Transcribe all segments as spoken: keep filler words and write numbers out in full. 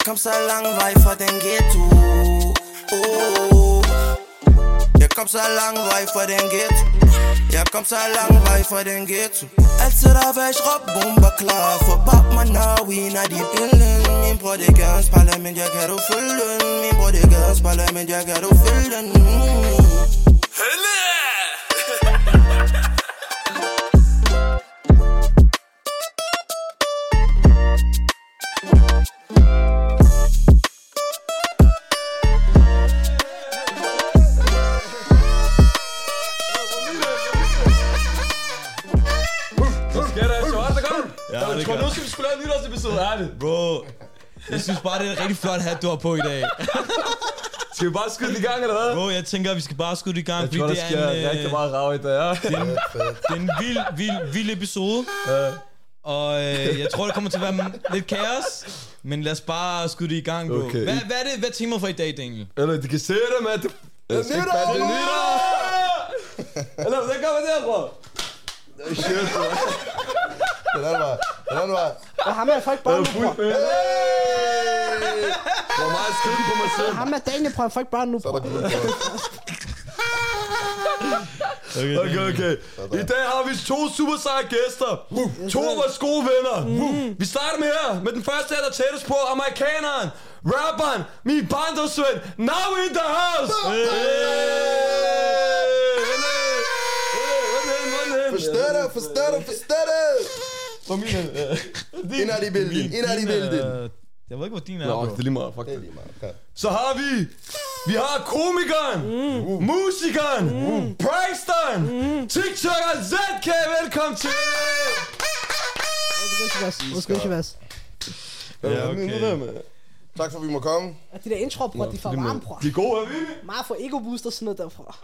kom så lang vej fra den ghetto. Oh. Jeg kom så lang vej fra den ghetto. Jeg kom så lang vej fra den ghetto. Altid der væk råb bomber klar. For bab mig now we not i billen. Min bror det gør en spejler, men jeg kan du følge den. Min bror det gør en spejler, men jeg kan du følge den. Helle! Jeg tror, nu skal vi skulle lave en nytårsepisode, er det? Bro, jeg synes bare, det er en rigtig flot hat, du har på i dag. Skal vi bare skyde i gang, eller hvad? Bro, jeg tænker, at vi skal bare skyde i gang, jeg fordi tror, det er en... Jeg tror, rigtig meget rav i dag, ja. Det er en, det er en vild, vild, vild episode. Ja. Og øh, jeg tror, det kommer til at være lidt kaos. Men lad os bare skyde det i gang, bro. Okay. Hvad, hvad er det, hvad er temaet for i dag, Daniel? Eller, de kan se det, mand. Det er nytår! Det er nytår! Eller, hvordan gør man det, bro? Shit, bro. Den anden var, den anden var. Og ham er folk børn nu, bror. Hey! Hvor meget skylden på mig selv. Ham er Daniel, prøver folk børn nu, bror. Okay, okay, okay. I dag har vi to super seje gæster. To af vores gode venner. Vi starter med her, med den første her, der tættest på, amerikaneren, rapperen, min barndomsven, Now in the house. Forstår det, forstår det, forstår det. For min Ind er de billede, ind er de billede. Jeg ved ikke, hvor din er, Nå, bro. det er lige meget, fuck det. Er lige meget, okay. Så har vi, vi har komikeren, mm. uh. musikeren, mm. pranksteren, mm. TikTokeren Z K, velkommen til! Hvor skal vi være? Ja, okay. Tak for, at vi må komme. Ja, de der intro, bror, de er for varme, bror. De er gode, er vi? Meget for ego-boost og sådan noget derfra.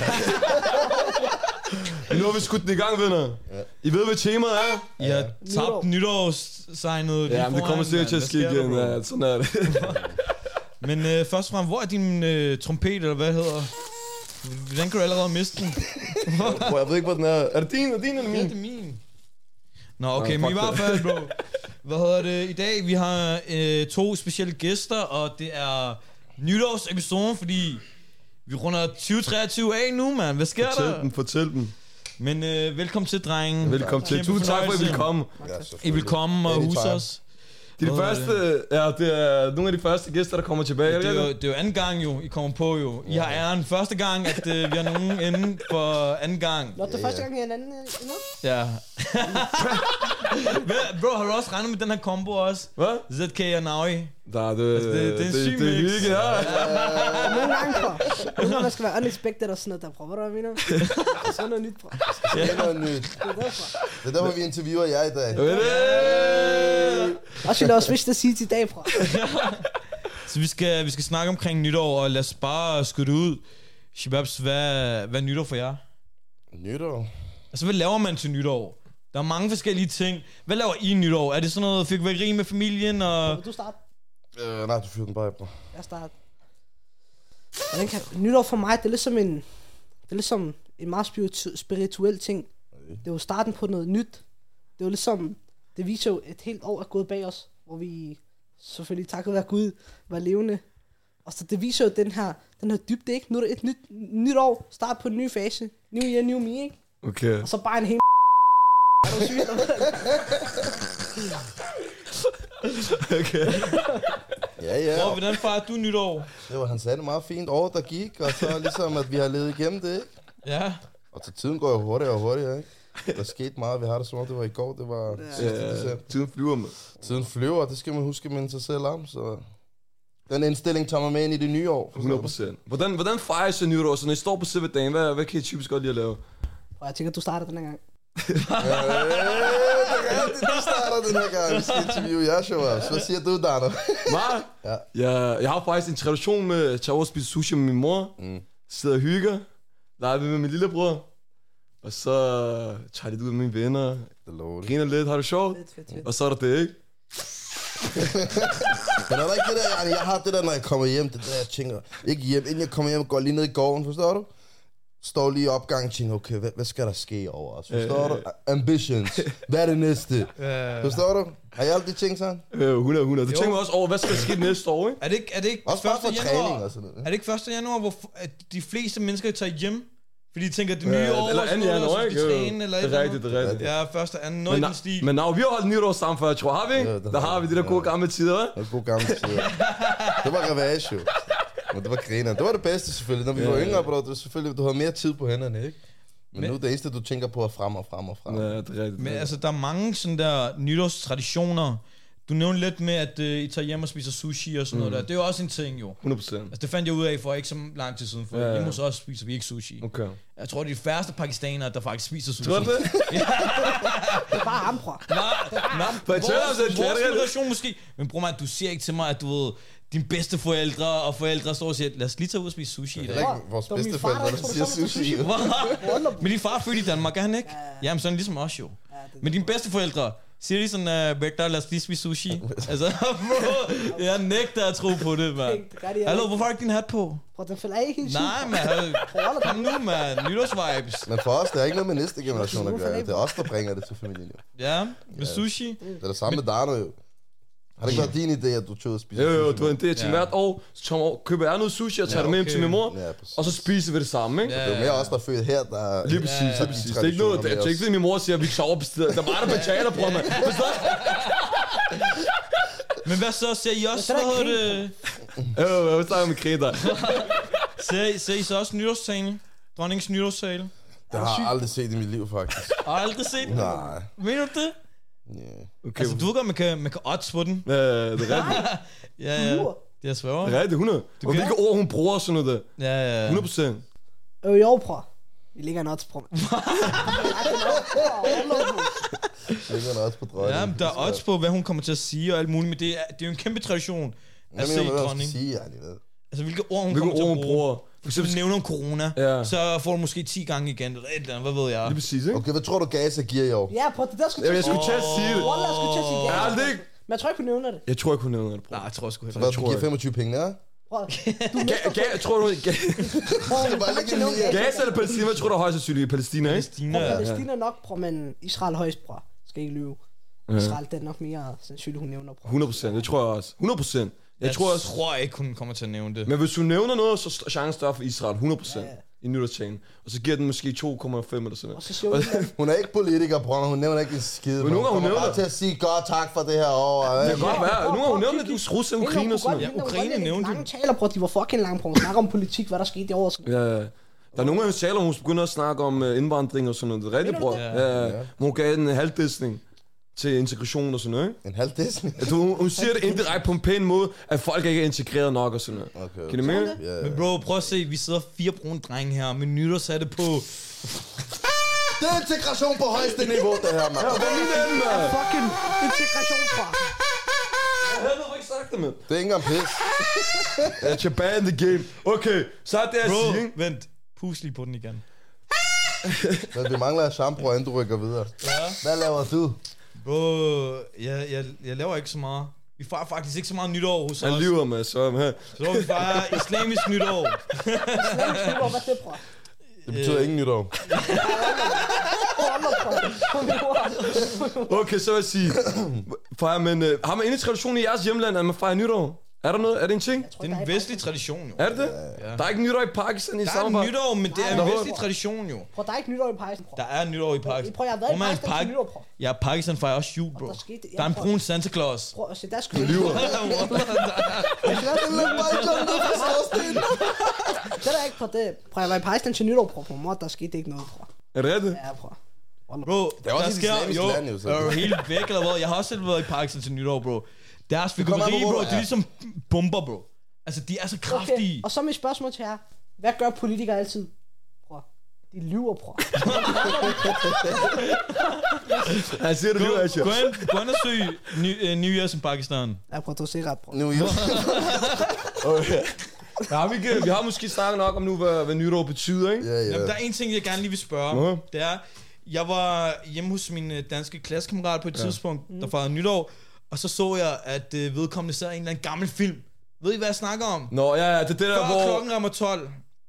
Nu har vi skudt den i gang, venner. Ja. I ved, hvad temaet er? I har tabt nytårssignet. Ja, men det kommer sikkert til at ske igen. Ja, sådan er det. Men øh, først og fremmest, hvor er din øh, trompet, eller hvad hedder? Hvordan kan du allerede miste den? Bro, jeg ved ikke, hvor den er. Er det din, er din eller min? Ja, det er min. Nå, okay, Nå, men i hvert fald, bro. Hvad hedder det? I dag, vi har øh, to specielle gæster, og det er nytårsepisoden, fordi vi runder tyve treogtyve af nu, mand. Hvad sker fortæl der? Fortæl dem, fortæl dem. Men øh, velkommen til, drengen. Velkommen til. Tusind tak for, at I vil komme. Ja, I vil komme og huse os. Det er de første, ja, det er nogle af de første gæster, der kommer tilbage. Det er, jo, det er jo anden gang jo, I kommer på jo. I har æren første gang, at uh, vi har nogen inde for anden gang. Nå, det er første gang, I er en anden endnu? Ja. Bro, har du også regnet med den her combo også? Hvad? Z K og Naui. Nej, det, altså, det, det er en syg mix. Det er hygge, ja. Nogle gange, bror. Nogle gange, man skal være unexpected og sådan noget der, bror. Hvad er det, jeg mener? Det er sådan noget nyt, bror. Det er noget nyt. Det er derfor. Det er derfor, vi interviewer jer i dag. Også vil jeg også vist at sige til i dag, bror. Så vi skal, vi skal snakke omkring nytår, og lad os bare skyde ud. Shababs, hvad, hvad er nytår for jer? Nytår? Altså, hvad laver man til nytår? Der er mange forskellige ting. Hvad laver I nytår? Er det sådan noget fyrværkeri med familien? Og... Vil du starte? Øh, nej, du fyrer den bare, bro. Jeg starter. Hvordan kan... Nytår for mig, det er ligesom en... Det er ligesom en meget spiritu- spirituel ting. Det er jo starten på noget nyt. Det er jo ligesom... Det viser jo, et helt år er gået bag os, hvor vi selvfølgelig takket være Gud var levende. Og så det viser jo den her, den her dybde, ikke? Nu er det et nyt, nyt år, start på en ny fase. New year, new me, ikke? Okay. Og så bare en hel... Er du sygt? Okay. Ja, ja. Hvor, hvordan fejrer du nytår? Det var, han sagde det meget fint år, der gik, og så ligesom, at vi har levet igennem det, ikke? Ja. Og så tiden går jo hurtigere og hurtigere, ikke? Der skete meget, vi har det som om, det var i går, det var sidste Ja, december. tiden flyver med. Tiden flyver, det skal man huske at minde sig selv om, så... Den indstilling tager man med ind i det nye år. hundrede procent. Hvordan, hvordan fejrer så nytår? Så når I står på selve dagen, hvad, hvad kan I typisk godt lide at lave? Og jeg tænker, du starter den her gang. Ja, det er altid, du starter den her gang. Vi skal interviewe jer, Shababs. Hvad siger du, Dana? Mig? Ja. Jeg, jeg har faktisk en tradition med at tage over og spise sushi med min mor. Mm. Sidder og hygger. Leger vi med min lillebror. Og så tager de ud med mine venner. Griner lidt, har det sjovt. Fedt, fedt, fedt. Og så er der det, ikke? Men er der ikke det der, jeg har det der, når jeg kommer hjem, det der, jeg tænker, ikke hjem, inden jeg kommer hjem, går lige ned i gården, forstår du? står lige i opgang og tænker, okay, hvad, hvad skal der ske over os? Forstår øh, du? Ambitions. Hvad er det næste? Øh. Forstår du? Har I aldrig tænkt sådan? Øh, hundrede, hundrede. Du jo. tænker også over, hvad skal der ske næste år, ikke? Er det ikke, er det ikke også bare for træning og sådan noget. Er det ikke første januar, hvor at de fleste mennesker tager hjem? Fordi de tænker, at det nye ja, år, eller anden januar, ikke? Træne, eller det er rigtigt, det er rigtigt. Ja, første, anden, noget i den stil. Men når vi har holdt nytår sammen før, tror har vi ikke? Ja, der har vi de der gode gamle tider, hva'? De gode gamle tider. Det var revage, jo. Men det var griner. Det var det bedste, selvfølgelig. Når vi ja, var yngre, bro, det var selvfølgelig, du havde mere tid på hænderne, ikke? Men, men nu det eneste, du tænker på, er frem og frem og frem. Ja, det er rigtigt. Men altså, der er mange sådan der nytårstraditioner. Du nævnte lidt med, at uh, I tager hjem og spiser sushi og sådan mm. noget der. Det er jo også en ting, jo. hundrede procent. Altså, det fandt jeg ud af for ikke så lang tid siden, for ja, ja. hjemme hos os spiser vi ikke sushi. Okay. Jeg tror, det er de færreste pakistanere, der faktisk spiser sushi. Tror du det? Det er bare ham, bror. Nej, nej. Vores, vores generation måske. Men bror man, du siger ikke til mig, at du ved, dine bedste forældre og forældre står og siger, lad os lige tage ud og spise sushi i dag. Det er ikke vores bedste forældre, der siger sushi. Men din far er født i Danmark, er han ikke? Jamen, sådan ligesom os jo. Men dine bedste forældre, siger de sådan, uh, Begter, lad os lige spise sushi? Altså, bro, jeg nægter at tro på det, mand. Hallo, hvorfor har du ikke din hat på? Prøv, den falder ikke helt Nej, mand. Kom nu, mand. Nytårsvibes. Men for os, det er ikke noget med næste generation at gøre. Det er os, der bringer det til familien, jo. Ja, med sushi. Det er det samme med Darno, jo. Har det ikke været din idé, at du tog og spiser sushi? Jo, jo, du har en idé til hvert år. Så køber jeg noget sushi og tager det med hjem til min mor. Og så spiser vi det samme, ikke? Det er jo mere os, der er født her, der... Lige præcis, lige præcis. Det er ikke noget, det er ikke fordi min mor siger, at vi sover på stedet. Der var der betaler, bror, mand. Men hvad så? Ser I også, hvad hedder det? Jo, jeg snakker med Kreta. Ser I så også nytårstale? Dronningens nytårstale? Det har jeg aldrig set i mit liv, faktisk. Har jeg aldrig set den? Nej. Mener du det? Yeah. Okay. Altså, du ved godt, man kan, man kan odds på den. Ja, det er rigtigt. Ja, ja. Det er svært. Det er rigtigt, hundrede. Og hvilke ord hun bruger og sådan noget der. Ja, ja. hundrede procent. Øh, jo, bror. Vi ligger en odds, bror. Vi ligger en odds på dronningen. Ja, men der er odds på, hvad hun kommer til at sige og alt muligt. Men det er, det er jo en kæmpe tradition at se dronning. Altså, hvilke ord hun hvilke kommer ord til at bruge. Bruger. For eksempel nævner hun corona, ja. så får du måske ti gange igen, eller et eller andet, hvad ved jeg. Det er præcis, ikke? Okay, hvad tror du, Gaza giver i år? Ja, prøv, det der skulle til at sige. Jeg skulle til at sige det. Wallah, jeg skulle til at sige Gaza. Ja, aldrig. Men jeg tror ikke, hun nævner det. Jeg tror ikke, hun nævner det, bror. Nej, jeg tror sgu heller. Så hvad, du giver femogtyve penge, ja? Prøv, du tror du... Gaza eller Palæstina? Hvad tror du er højst sandsynligt i Palæstina, ikke? Palæstina, Palæstina nok, bror, men Israel højst, bror. Skal ikke lyve. Israel, det er nok mere sandsynligt, hun nævner, bror. hundrede procent, det tror jeg også. hundrede procent. Jeg, jeg tror, også, tror ikke, hun kommer til at nævne det. Men hvis du nævner noget, så er chancen større for Israel. hundrede procent. Ja, ja. I nytårstalen. Og så giver den måske to komma fem eller sådan noget. Hun er ikke politiker, bror. Hun nævner ikke en skide. Men nogle gange hun nævner bare til at sige godt tak for det her år. Det kan godt være. Nogle gange hun nævner det. Rusland, Ukraine og sådan noget. Ja, Ukraine nævnte det. Mange taler, bror. De var fucking langt på. Hun snakker om politik, hvad der skete i år. Ja, ja. Der er nogle gange, hun taler, hun begynder at snakke om indvandring og sådan noget. Det er rigtigt, bror. Ja. Hun gav en halvdæsning til integration og sådan noget, ikke? En halv Disney? At hun, hun siger det indirekte på en pæn måde, at folk ikke er integreret nok og sådan noget. Okay. Kan du med? Yeah. Men bro, prøv at se, vi sidder fire brune drenge her med nytårshatte på. Det er integration på højeste niveau, det her, mand. Ja, hvad er den, mand? Fucking integration, bror. Jeg havde ikke sagt det, mand. Det er ikke engang pis. It's your bad in the game. Okay, så er det at bro, sige, vent. Pus lige på den igen. Men vi mangler shampoo, inden du rykker videre. Ja. Hvad laver du? Bro, jeg, jeg, jeg laver ikke så meget. Vi fejrer faktisk ikke så meget nytår hos os. Han lyver med, så med. Så vi fejrer islamisk nytår. Islamisk nytår, hvad det, bror? Det betyder øh. ingen nytår. Okay, så vil jeg sige, fejrer man, uh, har man en tradition i jeres hjemland, at man fejrer nytår? Er der noget? Er det en ting? Det er en vestlig tradition, jo. Er det det? Ja. Der er ikke nytår i Pakistan i samme Der er nytår, men det er en vestlig tradition, jo. Prøv, der er ikke nytår i Pakistan, bror. Der er nytår i Pakistan. Prøv, jeg har været i Pakistan til nytår, bror. Ja, Pakistan fejrer også jul, bro. Der, skete, der er en brun Santa Claus. Prøv, se, der skal du lyver. Det er der ikke, prøv, det. Prøv, jeg var i Pakistan til nytår, bror. På mor, der skete ikke noget, bror. Er det rigtigt? Ja, bror. Bro, det er også der sker, jo, land, jo, er jo helt væk, eller hvad? Jeg har også selv været i Pakistan til nytår, bro. Deres figureri, bro, de er ligesom bomber, bro. Altså, de er så kraftige. Okay. Og så mit spørgsmål til jer. Hvad gør politikere altid? Bror, de lyver, bror. Han siger, du lyver, Asher. Gå ind, gå ind og søg ny, uh, New Year's i Pakistan. Ja, bror, du ser ret, bror. New Year's. Okay. Ja, vi, vi har måske snakket nok om nu, hvad, hvad nytår betyder, ikke? Ja, ja. Jamen, der er en ting, jeg gerne lige vil spørge. Nå. Det er, jeg var hjemme hos min danske klassekammerat på et ja. tidspunkt, der fejrede nytår. Og så så jeg, at øh, vedkommende sad i en eller anden gammel film. Ved I, hvad jeg snakker om? Nå, ja, ja, det er det der, Før hvor... klokken rammer tolv.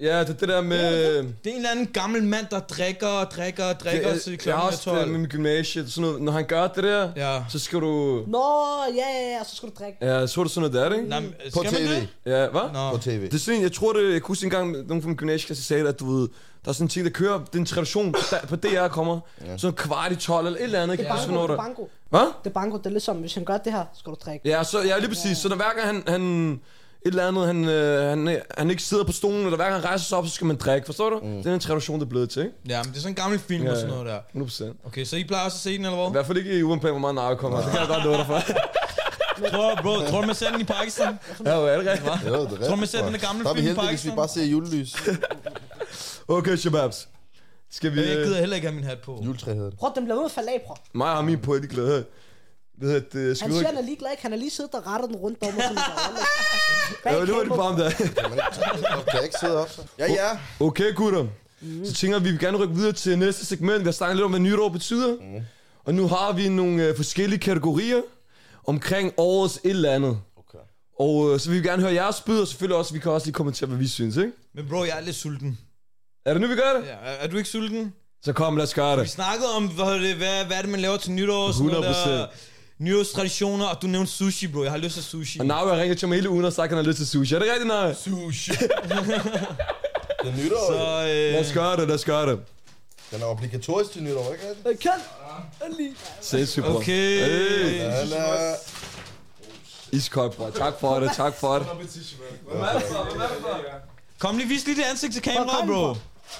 Ja, det er det der med... Det er en eller anden gammel mand, der drikker og drikker og drikker jeg, til jeg klokken har er også tolv. det med min gymnasie, sådan noget. Når han gør det der, Ja. så skal du... Nå, ja, ja, ja, så skal du drikke. Ja, så er det sådan noget der, ikke? Nej, men På skal T man V. det? Ja, hvad? Nå. På T V. Det er sådan en, jeg tror det, jeg kunne huske engang, nogen fra min gymnasieklasse sagde, at du ved, der er sådan en ting, der kører, det er en tradition, der, på D R kommer, ja. Sådan kvart i tolv eller et eller andet, Det ikke? er Ja. banko, det er banko. Hvad? Det er banko, det er ligesom, hvis han gør det her, skal du drikke. Ja, så, ja, lige præcis, så når hver gang han, han et eller andet, han, øh, han, han ikke sidder på stolen, eller hver gang han rejser sig op, så skal man drikke, forstår du? Mm. Det er en tradition, der er blevet til, ikke? Ja, men det er sådan en gammel film Ja, og sådan noget der. hundrede procent. Okay, så I plejer også at se den, eller I hvad? hvert fald ikke i ugen på, hvor meget narko kommer, det kan jeg godt love dig for. Tror, bro, tror du, man ser den i Pakistan? Ja, jo, er det rigtigt? Jo, det er rigtigt. Tror du, man ser den gamle Der er vi film i heldige, hvis vi Pakistan? bare ser julelys. Okay, shababs. Skal vi... Jeg Øh, gider heller ikke have min hat på. Juletræ hedder det. Prøv, den bliver ved med at falde af, prøv. mig har min på, jeg er ligeglad her. Hvad hedder det? Han Skal vi siger, ikke... han er ligeglad, ikke? Han har lige siddet og rettet den rundt om og sådan noget. Ja, det var det bare om der. Kan jeg ikke sidde op, så? Ja, ja. Okay, gutter. Mm. Så tænker vi, at vi vil gerne rykke videre til næste segment. Vi har snakket lidt om, hvad nytår betyder. Mm. Og nu har vi nogle øh, forskellige kategorier omkring årets et eller andet. Okay. Og øh, så vil vi gerne høre jeres bud, og selvfølgelig også, vi kan også lige kommentere, hvad vi synes, ikke? Men bro, jeg er lidt sulten. Er det nu, vi gør det? Ja, er, er du ikke sulten? Så kom, lad os gøre Vi det. snakkede om, hvad, er det, hvad, hvad er det, man laver til nytår? Sådan noget hundrede procent. der, nytårstraditioner, og du nævnte sushi, bro. Jeg har lyst til sushi. Og Navi har ringet til mig hele ugen og sagt, at han har lyst til sushi. Er det rigtigt, Navi? Sushi. Det er nytår. Så, Så... øh, Lad os gøre det, lad os gøre det. Den er obligatorisk til nytår, ikke? Øh, Kan! Lige. Sindssygt, bror. Okay. Hey. Eller... Iskold, bror. Tak for det, tak for det. Kom lige, vis lige det ansigt til kameraet, bro.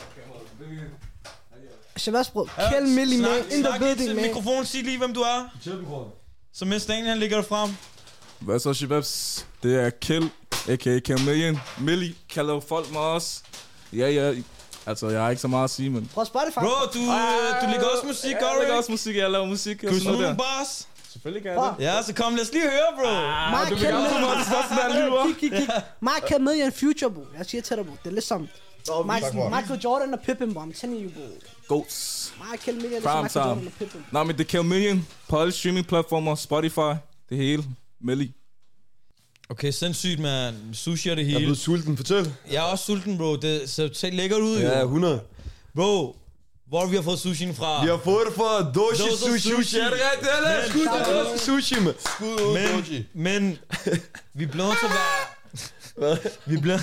Shabazz, bro. Kjeld Millie, man. In the Snak ind building, til man. mikrofonen, sig lige, hvem du er. Så mens Daniel han ligger der frem. Hvad så, Shababs? Det er Kill, a k a. Chameleon. Millie kalder folk mig også. Ja, ja. Altså, jeg har ikke så meget at sige, men... Prøv Spotify. Bro, du, øh, du lægger også musik, gør Jeg du lægger ikke? også musik, jeg laver musik. Kan du smide nogle bars? Selvfølgelig kan Prøv. jeg det. Ja, så kom, lad os lige høre, bro. Mig du og vil Kjeld gerne komme op til største der lige, hva'? Kig, kig, kig. Mig og Kjeld Millie Future, bro. Jeg siger til dig, bro. Det er ligesom... Michael, Michael Jordan og Pippen, bro. I'm telling you, bro. Goats. Mig og Kjeld Millie er ligesom Prime Michael time. Jordan og Pippen. Nå, men det er Chameleon på alle streamingplatformer, Spotify, det hele. Millie. Okay, sindssygt, man. Sushi og det Jeg er hele. blevet sulten, fortæl. Jeg er også sulten, bro. Det ser totalt lækkert ud, jo. Ja, hundrede. Bro, hvor har vi har fået sushien fra? Vi har fået det fra Doshi Doshi Sushi. Sushi. Sushi. Er det rigtigt? Ja, lad os skud til Doshi Sushi, man. Skud ud, Men, Doji. men, vi bliver nødt til at være... vi bliver...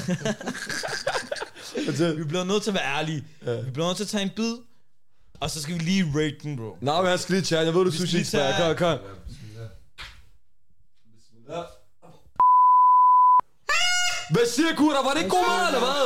vi bliver nødt til at være ærlige. Vi bliver nødt til at tage en bid, og så skal vi lige rate den, bro. Nå, men jeg skal lige tage. Jeg ved, du Vi skal sushi lige ekspert. tage- Kom, kom. Hvad siger gutter? Var det ikke god mad, eller hvad?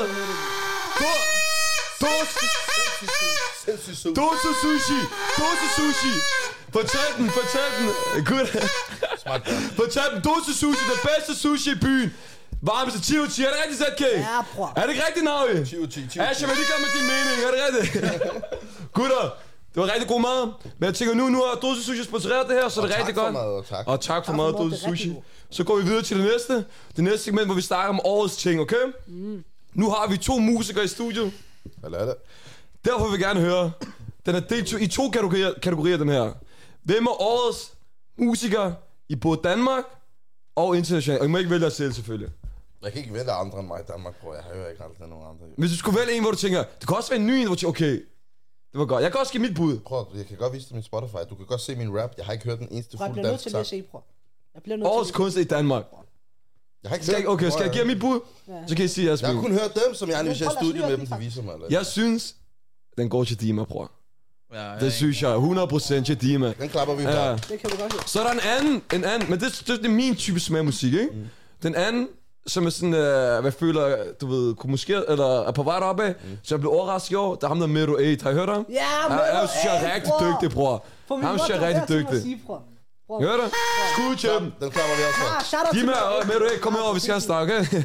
Do- Dos- Sindssygt sød. Dose sushi! Dose sushi! Fortæl den, fortæl den! Gud. Smart godt. Fortæl den, dose sushi, det bedste sushi i byen! Varmeste ti ud af ti, er det rigtigt, Z K? Ja, bror. Er det ikke rigtigt, Navi? ti ud af ti, ti ud af ti. Asha, vil lige komme med din mening, er det rigtigt? Gutter, det var rigtig god mad, men jeg tænker nu, nu har Dose Sushi sponsoreret det her, så det er rigtig Tak for godt. mad, og tak. Og tak for Tak mad, for mad, Dose det er rigtig Sushi. god. Så går vi videre til det næste. Det næste segment, hvor vi snakker om årets ting, okay? Mm. Nu har vi to musikere i studiet. Eller er det? Derfor vil vi gerne høre, den er delt to, i to kategorier, kategorier, den her. Hvem er årets musiker i både Danmark og internationalt? Og I må ikke vælge jer selv, selvfølgelig. Jeg kan ikke vælge andre end mig i Danmark, bror. Jeg hører ikke aldrig nogen andre. Hvis du skulle vælge en, hvor du tænker, det kan også være en ny en, hvor du tænker, okay, det var godt. Jeg kan også give mit bud. Prøv, jeg kan godt vise dig min Spotify. Du kan godt se min rap. Jeg har ikke hørt den eneste Prøv, jeg fuld bliver nødt dansk til at sang. læse i, bror. Jeg bliver nødt Årets til at kunstner i Danmark. Jeg har ikke Skal jeg, hørt okay, skal jeg give mit bud? Så kan I sige jeres Jeg har bud. kun hørt dem, som jeg hvis jeg er i Prøv, lad os studio høre med den dem, de viser mig. Eller? Jeg synes, den går til Dima, bror. Ja, Det synes jeg hundrede procent til Dima. Den klapper vi Ja. bare. Det kan vi godt høre. Så er der en anden, en anden, men det, det, det er min type smag musik, ikke? Mm. Den anden, som er sådan, øh, hvad jeg føler, du ved, kunne måske, eller er på vej opad, mm. så jeg blev overrasket i år, der er ham der Mero otte, har I hørt ham? Ja, Ja, jeg synes, jeg er rigtig dygtig, bror. Ham synes jeg er rigtig dygtig. Hør det? Skud til dem. Den klapper vi også for. Ah, shout out til Dima og Mero otte, kom herover, vi skal snakke, okay?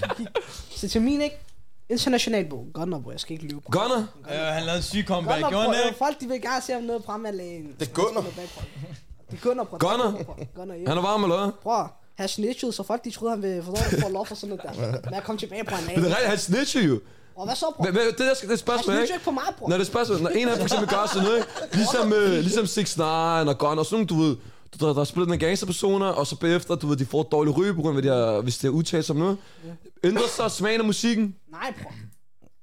Så til min, ikke? International, bro. Gunner, bro. Jeg skal ikke lyve, bro. Gunner? Øh, han lavede en syg comeback, Gunner, gjorde bro. han ikke? Folk, de vil gerne se ham nede på Fremad-lægen. Det er Gunner. Det er Gunner, bro. Gunner? Gunner, Han ja. er varm, eller hvad? Bror, han snitchede, så folk, de troede, han ville forstå, at få lov for sådan noget der. Men jeg kom tilbage på en Men anden. det er rigtigt, han snitcher jo. Og hvad så, bror? Hvad- hvad- Det der skal det er et Han spørgsmål, snitcher ikke? ikke på mig, bror. Når det er spørgsmål, når en af dem for eksempel gør sådan noget, ikke? Ligesom, øh, ligesom six nine og Gunner, og sådan nogle, du ved, du, der, der er spillet med gangsterpersoner, og så bagefter, du ved, de får et dårligt ryge, på grund af, hvad de har, hvis det er udtalt som noget. Ændrer sig smagen af musikken? Nej, bror.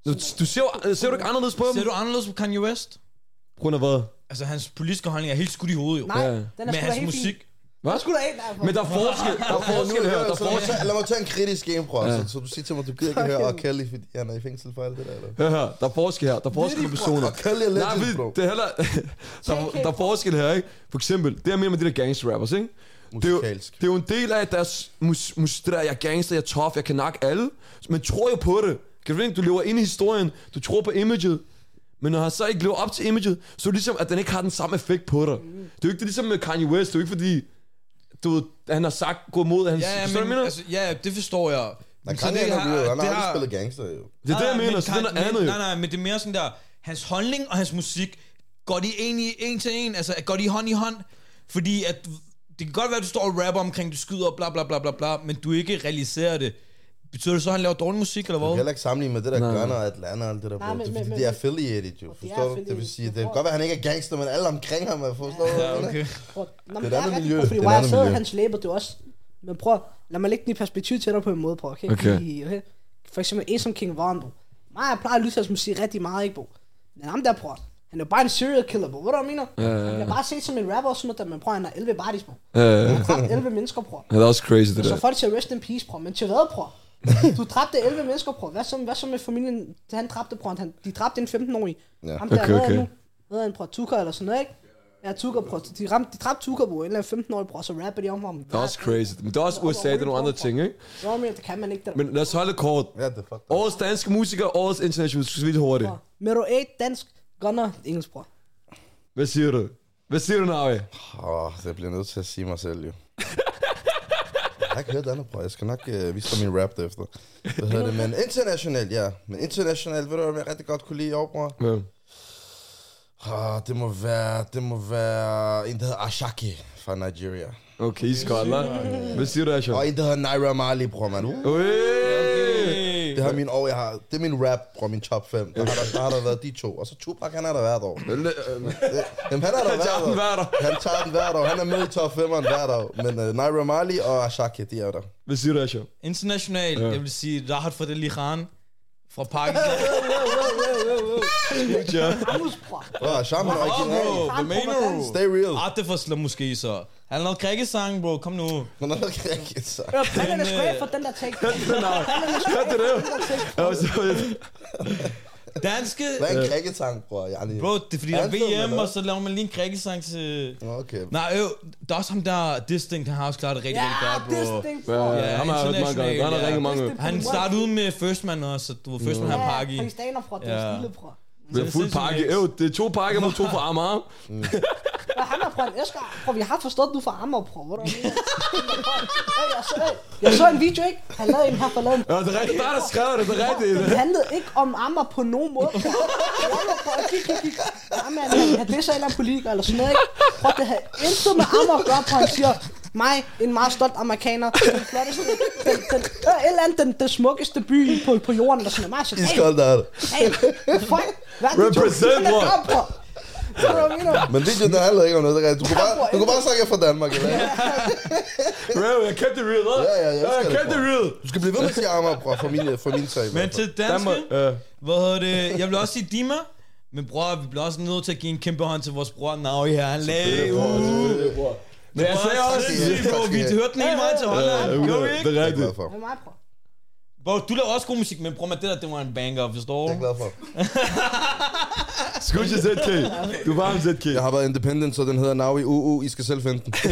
Du, du ser, ser du ikke anderledes på ham? Ser du anderledes på Kanye West? På grund af hvad? Altså, hans politiske holdning er helt skudt i hovedet, jo. Nej, Ja. den er Men sgu da hans helt musik... fin. Hvad? Den er sgu da helt der. Men der er forskel, der er forskel her, der er Så lad mig forskel. tage- lad mig tage en kritisk en, bror. Ja. Så, så du siger til mig, du gider ikke høre R. Kelly, fordi han er i fængsel for alt det der, eller? Hør her, der er forskel her, der er forskel på personer. R. Kelly er Nej, legend, bro. men det er heller... der, er- der er forskel her, ikke? For eksempel, det er mere med de der gangster rappers, ikke? Det er, jo, Musikalsk. det er jo en del af deres mus, mus, det der, jeg er gangster, jeg er tough, jeg kan nakke alle. Man tror jo på det. Kan du ikke? Du lever ind i historien, du tror på imaget. Men når han så ikke lever op til imaget, så er det ligesom, at den ikke har den samme effekt på dig. Det er jo ikke det ligesom med Kanye West, det er jo ikke fordi, du ved, han har sagt, gå mod hans... Ja, ja, forstår du, men, hvad jeg mener? altså, ja, det forstår jeg. Men Så Kanye, det han har jo- han har det aldrig spillet gangster, jo. Det er det, jeg Nej, mener, men så det er kan- noget andet men, jo. Nej, nej, men det er mere sådan der, hans holdning og hans musik, går de egentlig en til en, altså går de hånd i hånd, fordi at, det kan godt være, at du står og rapper omkring, du skyder og bla bla bla bla bla, men du ikke realiserer det. Betyder det så, at han laver dårlig musik, eller Du kan hvad? heller ikke sammenligne med det der Nej. Gunner og Atlanta og alt det der, bro. Nej, men- Det er men- fordi, men- de er affiliated, jo. er Forstår du? Det vil affiliated. sige, det kan godt være, at han ikke er gangster, men alle omkring ham er, forstår du? Ja, okay. Prøv, nå, men et det er andet rigtigt, miljø. prøv, fordi Det er et hvor jeg andet sidder miljø. hans label, det er også... Men prøv, lad mig lægge den i perspektiv til dig på en måde, prøv, okay? Okay. Fordi, okay? For eksempel en som King Von, bro. Mig, jeg plejer at lytte til hans musik rigtig meget, ikke, bro? Men ham der, prøv, han er jo bare en serial killer, bro. Ved du, hvad jeg mener? Ja, ja, ja. Han bliver bare set som en rapper og sådan noget, der, men prøv, han har elleve bodies, bro. Ja, ja, Han ja. har dræbt elleve mennesker, prøv. Ja, det er også crazy, det Så der. folk siger rest in peace, prøv. Men til hvad, prøv? Du dræbte elleve mennesker, prøv. Hvad så, hvad så med familien, han dræbte, prøv? Han, de dræbte en femten-årig. Ja. Ham der, Okay, hvad er okay. han nu? Hvad er han, prøv? Tucker eller sådan noget, ikke? Ja, Tucker, prøv. De, ramte, de dræbte Tucker, bro. En eller anden femten-årig, prøv. Så rapper de om ham. Det er også crazy. Men det er også U S A, det er nogle andre ting, ikke? Nå, men det kan man ikke. Der. Men lad os holde det kort. Ja, det er fucked up. Årets danske musiker, årets international, så vidt hurtigt. Med du et dansk, Gunner, engelsk, bror. Hvad siger du? Hvad siger du, Navi? Åh, oh, det bliver nødt til at sige mig selv, jo. Jeg har ikke hørt andet, bror. Jeg skal nok uh, vise dig min rap derefter. Hvad hedder det? Men internationalt, ja. Men internationalt, ved du, hvad jeg rigtig godt kunne lide i år, bror? Ja. Oh, det må være, det må være en, der hedder Ashaki fra Nigeria. Okay, iskoldt, hva'? Hvad siger du, Asher? Og en, der hedder Naira Marley, bror, man. Uh, Ui! det har min år, jeg har. Det er min rap, bror, min top fem. Der har der, der har der været de to. Og så Tupac, han er der hvert år. Øh, Det- Jamen, han er der Han tager hvert den år. hver dag. Han tager den hvert år. Han er med i top fem'eren hvert år. Men uh, Naira Marley og Ashaki, de er der. Hvad siger du, Asher? International, Ja. jeg vil sige Rahat Fatali Khan fra Pakistan. Ja. Amus, bror. Åh, Shaman er Åh, original. bro, hvad mener du? Stay real. Atif Aslam måske så. Han har lavet krikkesang, bro. Kom nu. Men der er ikke rigtigt, så. Øh, Han er Men, sgu af øh, for den der take. Hørte du det? Ja, hvad siger du? Danske... Hvad er en krikketang, bror? Yani? Bro, det er fordi, der er Anthem, V M, eller? og så laver man lige en krikkesang til... Okay. Nej, øv, der er også ham der, Distinct, han har også klaret det rigtig, Ja, rigtig godt, bro. distinct, Ja, bror. ja, ham har jeg hørt mange gange. Han har ja. ringet mange. Distinct. Han startede ud med First Man også, så du ved, First Man har Ja, pakke i. pakistaner, bror. Det Ja. er stille, bror. Vi har fuld pakke. Øv, det er to pakker mod to fra Amager. Hvad han er fra en æsker? Prøv, jeg har forstået, du er fra Amager, prøv. Hvad du mener? Hey, jeg så, jeg så en video, ikke? Han lavede en her forleden. Ja, det er rigtigt. Der er der skrevet det, det er rigtigt. Det handlede ikke om Amager på nogen måde. Wallah, prøv, kig, kig, kig. Jamen, han, han læser en eller anden politiker eller sådan noget, ikke? Prøv, det havde intet med Amager at gøre, på han siger, mig, en meget stolt amerikaner, den flotteste, den, den, den, et eller andet, den, den smukkeste by på, på jorden, eller sådan noget. Mig, Iskold, der er det. hey, hey, fuck, hvad er det, Represent, du bror. gør, bror? Hvad er det, du mener? Men videoen, der handler ikke om noget. Det er rigtigt. Du kunne bare, du kunne bare sige, at jeg er fra Danmark, eller hvad? Bro, jeg kept it real, hva'? Ja, ja, jeg elsker jeg det, kept it bror. real. Du skal blive ved med at sige Amager, bror, for min, for min sag. Men til danske, Danmark, ja. hvad hedder det, jeg vil også sige Dima, men bror, vi bliver også nødt til at give en kæmpe hånd til vores bror Naui her. Han lagde ud. Men jeg sagde også... Sindssygt, bro. Vi hørte den hele vejen til Holland. Gjorde vi ikke? Det er Det er jeg rigtigt. glad for. Det er mig, bror. Bro, du laver også god musik, men bror, men det der, det var en banger, forstår Det er du? jeg glad for. Skud til Z K. Du var med Z K. Jeg har været independent, så den hedder Naui U U. I skal selv finde den.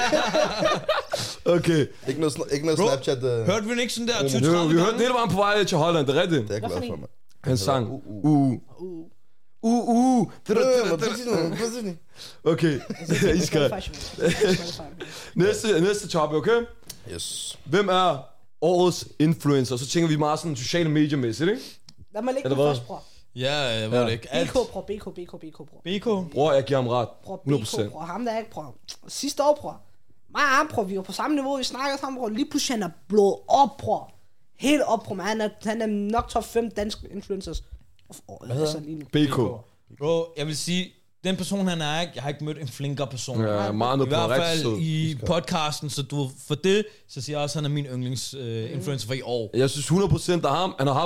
Okay. Ikke noget, sn- ikke noget Bro, Snapchat. Uh, Hørte vi den ikke sådan der tyve Jo, tredive vi hørte gange? hele vejen på vej til Holland, det er rigtigt. det er jeg Hvad glad for for, en? mand. Han sang. Uh, uh. Uh. Uh. Uh, uh. Det er Øh, men det. præcis nu, præcis nu. Okay. I skal. Næste, næste topic, okay? Yes. Hvem er årets influencer? Så tænker vi meget sådan sociale medier-mæssigt, ikke? Lad mig lægge Eller den hvad? først, bror. Ja, jeg ved det ikke. Alt. B K, bror. B K, B K, B K, bror. B K. Bror, jeg giver ham ret. Bror, B hundrede K, procent. bror. Ham der er ikke, bror. Sidste år, bror. Mig og ham, bror. Vi var på samme niveau. Vi snakkede sammen, bror. Lige pludselig han er blået op, bror. Helt op, bror. Han er, han er nok top fem danske influencers. Hvad hedder han? B K. Bro, jeg vil sige, den person han er ikke, jeg har ikke mødt en flinkere person. Ja, meget I noget på hvert rigtig fald sød. i podcasten, så du for det, så siger jeg også, at han er min yndlings uh, influencer for i år. Jeg synes hundrede procent af ham. Han har haft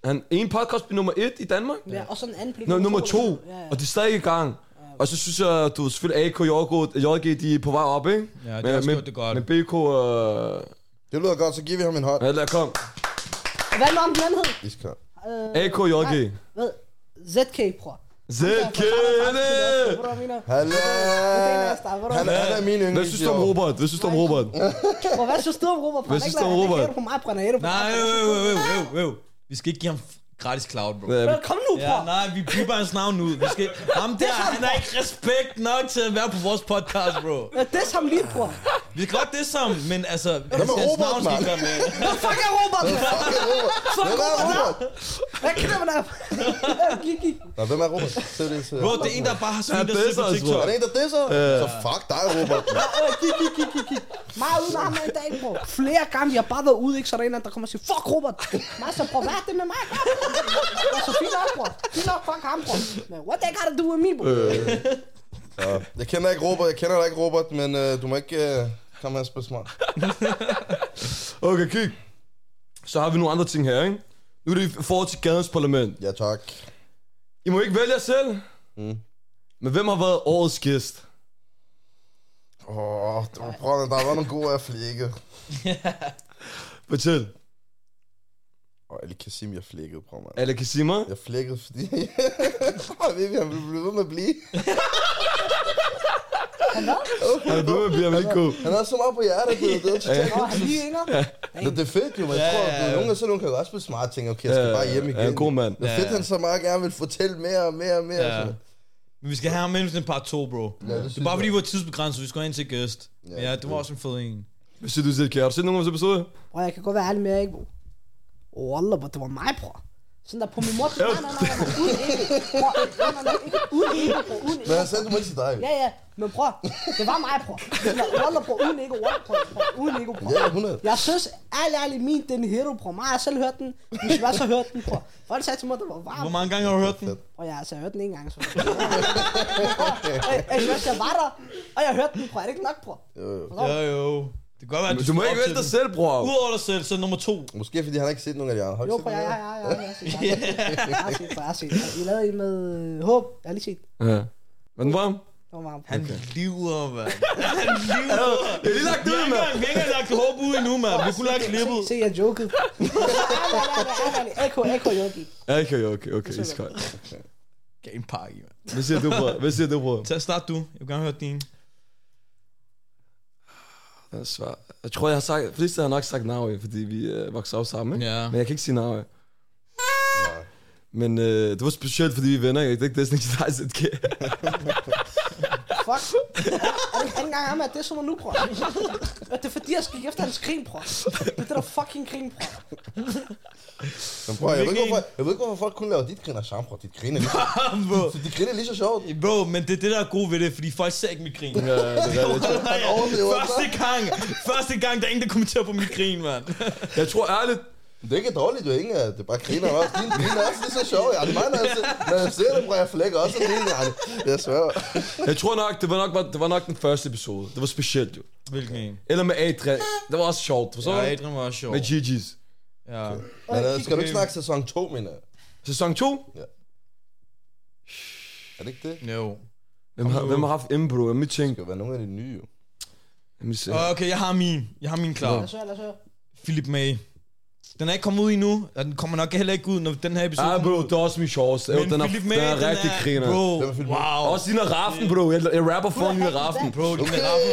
Han, en podcast blev nummer et i Danmark. Ja, og så en anden blev Nå, nummer to. Ja, ja. Og de er stadig i gang. Og så synes jeg, du selvfølgelig A K J G, de er på vej op, ikke? Ja, det er også godt, det godt. Men B K og... Det lyder godt, så giver vi ham en hånd. Ja, lad kom. Hvad med om den anden hed? Iskar. A K J G. Hvad? Z K, bror. Z K, det! Hallo! Han er min yndling. Hvad synes du om Robert? Hvad synes du om Robert? Bror, hvad synes du om Robert? Hvad synes du om Robert? På mig, brænder hætte på Nej, øv, øv, øv, øv, øv. Vi skal ikke give ham gratis cloud, bro. mig. Kom nu, Ja, bror. nej, vi piper hans navn ud. Vi skal... Ham der, han har ikke respekt nok til at være på vores podcast, bro. Det er ham lige, bror. Vi skal godt det sammen, men altså... Hvad med Robert, mand? Hvad fuck er Robert? Fuck Hvem er Robert. Robert? Hvad kender man af? Gik, gik. Nå, hvem er Robert? Se det, se. Bro, det er en, der bare har smidt Han os til disser på os, TikTok. bro. Er det en, der disser? Så fuck dig, Robert. Gik, gik, gik, gik, gik. Mig og uden ham i dag, bror. Flere gange, vi har bare været ude, ikke? Så er der en, der kommer og siger, fuck Robert. Mig så, bror, hvad er det med mig? Jeg er så fint nok, bror. Fint nok, fuck ham, bror. Men what they gotta do with me, bro? Ja, jeg kender ikke Robert, jeg kender dig ikke Robert, men uh, du må ikke uh, komme her og spille smart. Okay, kig. Så har vi nogle andre ting her, ikke? Nu er det i forhold til gadens parlament. Ja, tak. I må ikke vælge jer selv. Mm. Men hvem har været årets gæst? Åh, oh, prøv, der var nogle gode af flækket. Fortæl. Og Ali Kasim, jeg flækkede, prøv mig. Ale Kasimer? Jeg flækkede, fordi... Jeg ved, han blev ved med at blive. Han er blevet med, bliver ikke god. Han har så meget på hjertet, det, det er totalt. Nå, han lige yngre. Nå, det er fedt jo, men jeg Ja, tror, ja, at ja. nogle af sådan nogle kan jo også blive smart ting. Okay, jeg skal bare hjem igen. Ja, en god mand. Det er fedt, han så meget gerne vil fortælle mere og mere og mere. Ja. Ja. Men vi skal have ham med til en part to, bro. Ja, det Det er synes bare fordi, jeg. vi var tidsbegrænset, vi skulle have en til gæst. Ja, Ja, det var også en fed en. Hvad siger du til det, Har du set nogen af vores episoder? Bror, jeg kan godt være ærlig med jer, ikke, bro? Wallah, bro, det var mig, bror. Sådan der på min mor. Nej, nej, nej, nej, uden ego. Bror, nej, nej, nej, ikke uden ego, bror, uden ego. Men han sagde, du må ikke sige dig. Ja, ja, men bror, det var mig, bror. Wallah, bror, uden ego, wallah, bror, bror, uden ego, bror. Ja, hundrede. Jeg synes, ærlig, ærlig, min, den hero, bror. Mig har selv hørt den. Du skal også have hørt den, bror. Folk sagde til mig, det var Hvor varmt. mange gange har du hørt den? Og jeg, altså, jeg hørte den en gang, så. Jeg, jeg, jeg, jeg var der, og jeg hørte den, bror. Er det ikke nok, bror? Jo, jo. Forstår du? Ja, jo. Det kan godt være, at Du må skal ikke op vælge til dig den. selv, bror. Udover dig selv, så nummer to. Måske fordi han har ikke set nogen af de andre. Har du Jo, set bror, jeg, nogen jeg, af jeg, jeg, jeg, jeg, har set, jeg har set, jeg har set. I lavede en med øh, Håb. Jeg har lige set. Ja. Men varm? Det var varmt. Han lyver, mand. Han lyver. Jeg har lige lagt Vi det har ud, ikke mand. engang- vi har ikke engang lagt håb ud endnu, mand. Vi kunne lagt klippet. Se, jeg jokede. A K, A K, Yogi. Ja, okay, okay, okay, iskold. Gav en pakke, mand. Hvad siger du, bror? Hvad siger du, bror? Tag start du. Jeg vil gerne høre din. Det er svært. Jeg tror, jeg har sagt... Flest har nok sagt Naue, fordi vi øh, voksede op sammen, ikke? Ja. Men jeg kan ikke sige Naue. Men øh, det var specielt, fordi vi er venner, ikke? Det er ikke det, er sådan, at det er Fuck. Er det ikke anden gang ham, at det er som nu, bror? Det er fordi, jeg skal efter hans grin, bror. Det er det der fucking grin, bror. Men bror, jeg ved ikke, hvorfor, jeg ved ikke, hvorfor folk kun laver dit grin og sammen, bror. Dit grin er lige så, så dit grin er lige så sjovt. Bro, men det er det, der er gode ved det, fordi folk ser ikke mit grin. Ja, det er rigtigt. Han overlever. Første gang, første gang, der er ingen, der kommenterer på mit grin, mand. Jeg tror ærligt, Det er ikke dårligt, du er ingen af det. er bare griner også. Din griner er også lige så sjov. Ja, det er mig, når jeg ser, når jeg ser det, bror, jeg flækker også en griner. Det er svært. jeg tror nok, det var nok, det var nok den første episode. Det var specielt jo. Hvilken en? Eller med Adrian. Det var også sjovt, forstår du? Ja, Adrian var også sjov. Med G G's. Ja. Men uh, skal du ikke snakke sæson to, mener jeg? Sæson to? Ja. Er det ikke det? Jo. Hvem har, hvem har haft impro? Jeg mit Det ting. skal være nogle af de nye, jo. Jeg mit se. Okay, jeg har min. Jeg har min klar. Lad os høre, lad os høre. Philip May. Den er ikke kommet ud endnu, og den kommer nok heller ikke ud, når den her episode Ah, bro, det er også min sjoveste. Jo, Men den er, Philip den May, er rigtig griner. Bro, Hvem er Philip May? wow. Også Lina Raften, bro. Jeg, jeg rapper for Lina Raften. Bro, Lina Raften.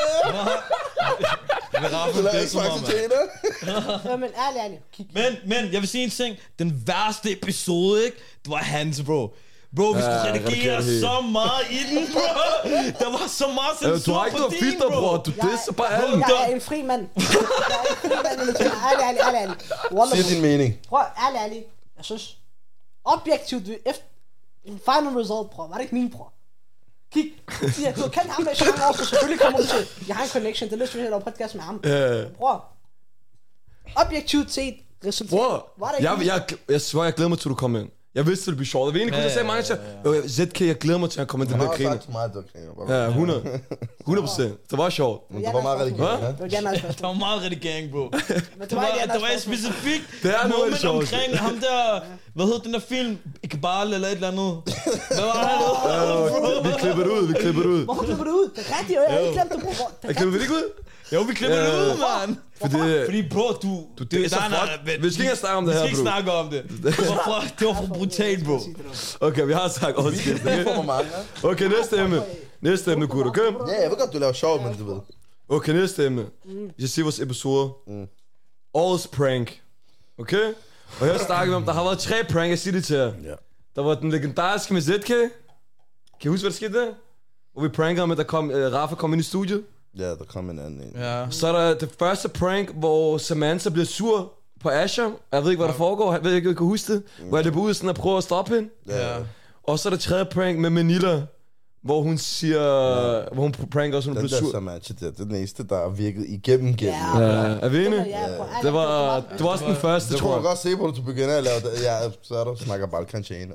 Lina Raften, Du lader det er ikke så meget, faktisk mand. tjener. Ja, men ærlig, ærlig. Kig. Men, men, jeg vil sige en ting. Den værste episode, ikke? Det var hans, bro. Bro, vi skulle Ja, redigere redigerer det hele. så meget i den, bro. Der var så meget Øh, censur Du har ikke på noget din, filter, bro. bror. Du Jeg- disser bare Bro, alle. jeg er en fri mand. Jeg er en fri mand, eller sådan. Ærlig, ærlig, ærlig, ærlig. Wallah, Siger bro. din mening. Prøv, ærlig, ærlig. Jeg synes, objektivt, vi- efter final result, bror, var det ikke min, bror? Kig, jeg du kendt ham i så mange år, så selvfølgelig kommer du til, jeg har en connection, det løser vi her over podcast med ham. Ja. Bror, objektivt set, resultat, Bror, var det ikke jeg, min? jeg, jeg svær, jeg glæder mig til, at du kommer ind. Jeg vidste, det ville blive sjovt. Jeg ved egentlig kun, jeg sagde mange til, øh, Z K, jeg glæder mig til, at komme ind i den Han der har griner. sagt til mig, at du griner. Ja, hundrede. hundrede procent. Det var sjovt. Men det var meget redigering, ja. Det var gerne noget Der var meget redigering, bro. Men det Der var var, ikke der var et specifikt Det er noget af det moment sjoveste. omkring ham der... Hvad hed den der film? Iqbal eller et eller andet. Hvad var han hed? Vi klipper det ud, vi klipper det ud. Hvorfor klipper du ud? Det er rigtigt, jeg har ikke glemt det, bror. Det er Klipper vi det ikke ud? Jo, vi klipper Ja. det ud, mand. Fordi, Fordi, bro, du... du, det er så nej, nej, fuck. vent. Vi skal ikke snakke om det Vi her, skal ikke bro. snakke om det. Det var for, det var for brutalt, bro. Okay, vi har sagt årskiftet, Det okay? får mange, ja. Okay, næste emne. Næste emne, gutter, okay? Ja, jeg ved godt, du laver sjov, men du ved. Okay, næste emne. Jeg siger vores episode. Mm. Årets prank. Okay? Og her snakker vi om, der har været tre prank, jeg siger det til jer. Ja. Der var den legendariske med Z K. Kan I huske, hvad der skete der? Hvor vi prankede med, at der kom, uh, Rafa kom ind i studiet. Ja, der kom en anden en. Ja. Så er der det første prank, hvor Samantha bliver sur på Asher. Jeg ved ikke, hvad der foregår. Jeg ved ikke, om I kan huske det. Hvor jeg løber ud sådan og prøver at stoppe hende. Ja. Og så er der tredje prank med Manila. Hvor hun siger... Ja. Hvor hun pranker også, hun Den bliver der sur. Samantha der, det er den eneste, der har virket igennem gennem. Ja. Ja, er vi enige? Det var, det var også den første, Det tror tror jeg. jeg godt se på, at du begynder at lave det. Ja, så er du snakker Balkan Chain.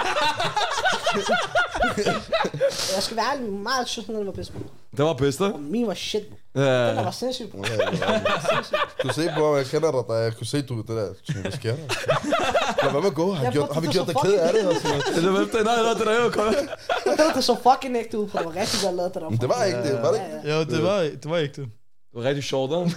Jeg skal være ærlig, meget synes, den var bedst, bro. Det var bedst, Og min var shit, bro. Den der ja. var sindssygt, bro. Ja, du kunne se på, at jeg kender dig, da jeg kunne se, du det der. Tænkte, hvad sker der? Lad være med at gå. Har, Jeg vi gjort, brugte har vi det gjort så dig ked af det? fucking- Og sådan noget? Det er det, nej, nej, det er jo kom. Det så fucking ægte ud, for det var rigtig godt lavet, det der. Men det var ikke det, var det ikke? Jo, det var, det var ikke det. Det var rigtig sjovt, da.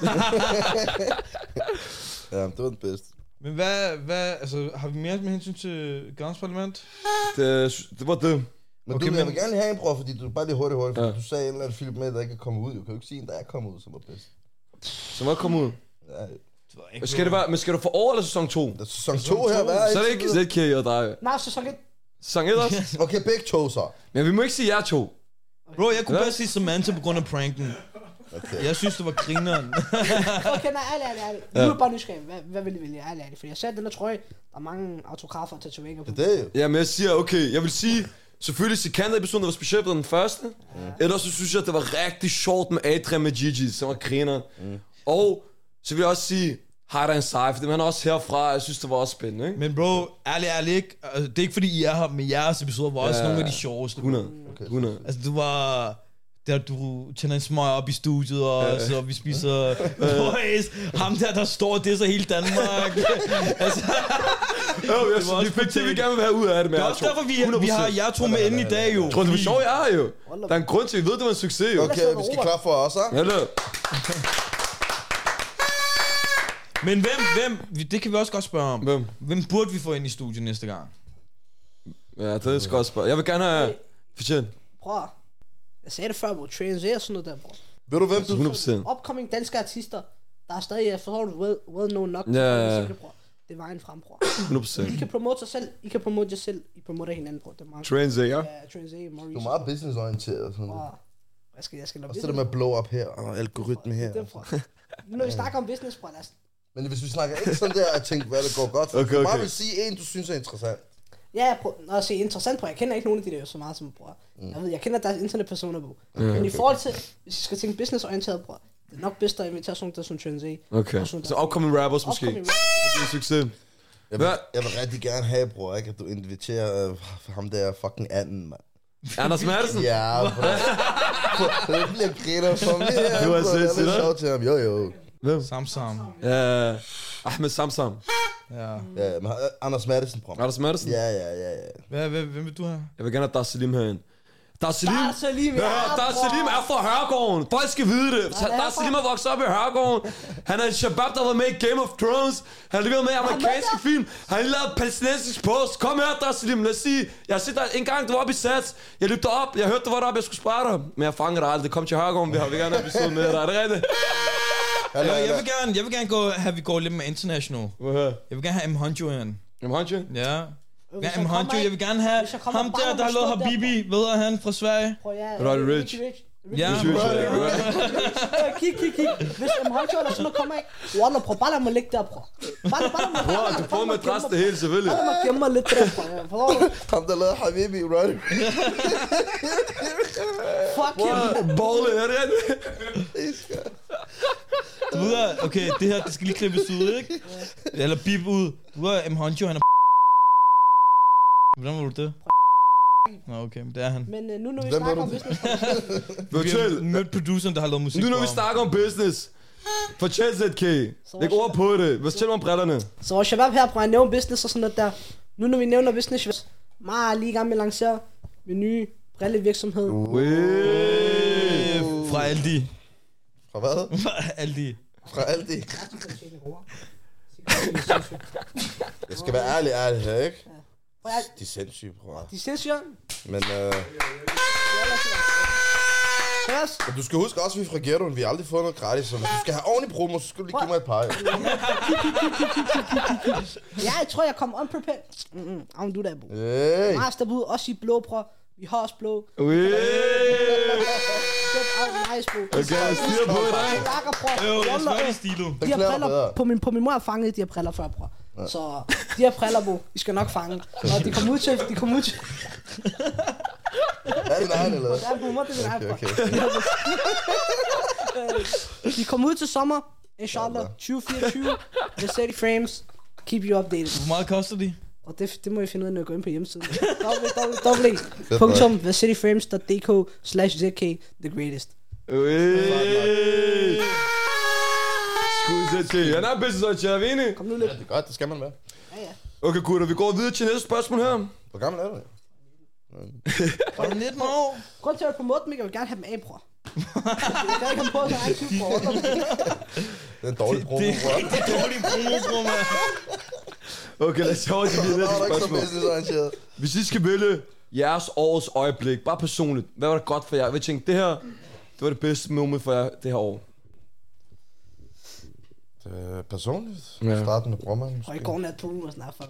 Ja, det var den bedste. Men hvad, hvad, altså, har vi mere med hensyn til Gans Parlament? Det, det var det. Men Okay, du, jeg men- vil gerne have en, bror, fordi du bare lige hurtigt, hurtigt, fordi Ja. du sagde en eller anden film med, der ikke er kommet ud. Du kan jo ikke sige en, der er kommet ud, som var bedst. Så hvad kom ud? Ja, Det var ikke Skal det være, men skal du få år eller sæson to? der er sæson to her, hvad er Så er det ikke Z K og dig. Nej, sæson et. Sæson et også? Okay, begge to så. Men vi må ikke sige jer to. Bro, jeg kunne Hvad? bedst sige Samantha på grund af pranken. Okay. Jeg synes, det var grineren. Okay, nej, ærlig, ærlig, ærlig. Nu er jeg bare nysgerrig. Hvad, hvad vil I vælge? Ærlig, ærlig. Fordi jeg sagde, den der trøje, der er mange autografer og tatoveringer på. Det er det jo. Ja, men jeg siger, okay, jeg vil sige, selvfølgelig Sikander-episoden, der var specielt den første. Mm. Ellers så synes jeg, at det var rigtig sjovt med Adrian med Gigi, som var griner. Mm. Og så vil jeg også sige, Harder and Saif, det er han også herfra, jeg synes, det var også spændende, ikke? Men bro, ærlig, ærlig ikke. Altså, det er ikke fordi, I er her, men jeres episoder var også Ja. nogle af de sjoveste. bro. hundrede. hundrede. Altså, du var... Der du tænder en smøg op i studiet, og så vi spiser boys. Ham der, der står det så hele Danmark. altså, Jo, jeg, var vi også fik det, vi brutalt. gerne vil have ud af det med det er jer også to. derfor, vi, hundrede vi har procent. jer to med inde i dag, jo. Tror du, det var sjovt, jeg er jo? Hold da. Der er en grund til, at vi ved, det var en succes, jo. Okay, vi skal klar for os, så. Hallo. Men hvem, hvem, det kan vi også godt spørge om. Hvem? Hvem burde vi få ind i studiet næste gang? Ja, det skal jeg også spørge. Jeg vil gerne have... Fortjent. Bror, jeg sagde det før, bro. Trans og sådan noget der, bror. Ved du, hvem du... hundrede procent. Upcoming danske artister, der er stadig, jeg forstår det, well, well known nok. Ja, ja, ja. Det er vejen frem, bror. hundrede I procent. kan promote sig selv, I kan promote jer selv, I promoter hinanden, bror. Det er meget. Trends, ja. Ja, Trans A, Maurice. Du er meget businessorienteret og sådan noget. Bror, jeg skal, jeg skal lade Også det der med blow up her, og algoritme her. Det er, bror. Nu når vi snakker om business, bror, lad os Men hvis vi snakker ikke sådan der, jeg tænker, hvad det går godt for. Okay, Du bare okay. vil sige en, du synes er interessant. Ja, prøv, når jeg siger interessant på, jeg kender ikke nogen af de der så meget som bror. Mm. Jeg ved, jeg kender deres internetpersoner på. Okay, men i forhold til, hvis jeg skal tænke businessorienteret, bror, det er nok bedst at invitere sådan der som Trans A. Okay. Og sådan Så der. upcoming rappers måske. Upcoming Det er en succes. Jeg vil, Hvad? jeg vil rigtig gerne have, bror, ikke? At du inviterer øh, ham der fucking anden, mand. Anders Madsen? Ja, bror. Det bliver griner for mig her, Du har bror. set Jeg til vil dig? sjov til ham, jo jo. Hvem? Sam Sam. Ja. Ahmed Samsam. Ja. Ja, men, øh, Anders Madsen, bror. Anders Madsen? Ja, ja, ja, ja. Hvad, hvad, hvem vil du have? Jeg vil gerne have Dar Salim herinde. Dar Salim? Dar Salim, ja, ja, Dar bror. Salim er fra Hørgården. Folk skal vide det. Han er Dar fra- Salim er vokset op i Hørgården. Han er en shabab, der har været med i Game of Thrones. Han har lige været med i amerikanske film. Han har lige lavet palæstinensisk post. Kom her, Dar Salim. Lad os sige, jeg har set dig en gang, du var oppe i Sats. Jeg løb op. Jeg hørte, du var deroppe. Jeg skulle spare dig. Men jeg fangede dig aldrig. Kom til Hørgården. Vi har vi gerne en episode med dig. Er det rigtigt? Hallo, Jeg, jeg hallo. vil gerne, jeg vil gerne gå, have, vi går lidt med international. Hvad her? Jeg vil gerne have M. Honjo ind. Jamen, Hanche? Ja. Hvis Ja, jeg M. Honjo, kommer jeg vil gerne have hvis jeg kommer ham bare der, med der har at lavet stå der, Habibi. Ved du, han fra Sverige? Prøv, ja, Roddy ja, Rich. Rich. Ja, Rich, Rich, bro. Ja, Kig, kig, kig. Hvis M. Honcho eller sådan noget kommer ikke. Wallah, prøv, bare lad mig ligge der, bror. Bare, bare, lad mig- Bror, du får med adresse det hele, selvfølgelig. Bare lad mig gemme mig lidt der, bror. Ja, forstår du? Ham, der lavede Habibi, right? Fuck him. Bolle, er det rigtigt? Du ved, okay, det her, det skal lige klippes ud, ikke? Eller bip ud. Du ved, M. Honjo, han er... Hvordan var du det? Nå, okay, men det er han. Men uh, nu når vi Hvem snakker var om du? business... Fortæl. Mødt produceren, der har lavet musik. Nu når vi for ham. snakker om business. Fortæl Z K. Læg ord på det. Hvad fortæl mig om brillerne? Så var Shabab her, prøver at nævne business og sådan noget der. Nu når vi nævner business, mig er lige i gang med at lancere min nye brillevirksomhed. Øh, Fra Aldi. Fra hvad? Fra Aldi. Fra Aldi. Jeg skal være ærlig, ærlig her, ikke? De er sindssyge, bror. De er sindssyge. Men øh, Yes. du skal huske også, at vi er fra ghettoen. Vi har aldrig fået noget gratis. Så hvis du skal have ordentlig promo, så skal du lige give mig et par. Ja, jeg tror, jeg kom unprepared. Mm-mm, I don't do that, bro. Hey. Mars der ud, også i blå, bror. Vi har også blå. Ui. Step out, nice, bro. Okay, jeg stiger på dig. Lakker, bror. Jo, jeg Wallah, spørger i stilet. De her klæder briller, bedre. på min, på min mor har fanget de her briller før, bror. Så de her briller, bro, I skal nok fange. Og de kom ud til, de kom ud til. Er det en egen, eller hvad? Det er på min mor, det er min egen, Okay, bror. okay. De kommer ud til sommer, inshallah, tyve fireogtyve. The City Frames, keep you updated. Hvor meget koster de? Og det, det må jeg finde ud af, når jeg går ind på hjemmesiden. w w w punktum the city frames dot d k slash z k the greatest. Ui. Skud Z K. Han er business og er vi enige? Kom nu lidt. Det er godt, det skal man med. Ja, ja. Okay, gutter, vi går videre til næste spørgsmål her. Hvor gammel er du? Var du nitten år? Grunden til at jeg på måden, jeg vil gerne have dem af, bror. Jeg kan ikke have på, så jeg er ikke tyve, bror. Det er en dårlig promo, Det bror. er rigtig dårlig promo, bror, mand. Okay, lad os tage over til de Der næste var ikke så spørgsmål. businessorienteret. Hvis I skal vælge jeres årets øjeblik, bare personligt, hvad var det godt for jer? Jeg tænkte, det her, det var det bedste moment for jer det her år. Det er personligt. Ja. Starten med brormand, Og måske. i går nat på ugen og sådan her, fuck.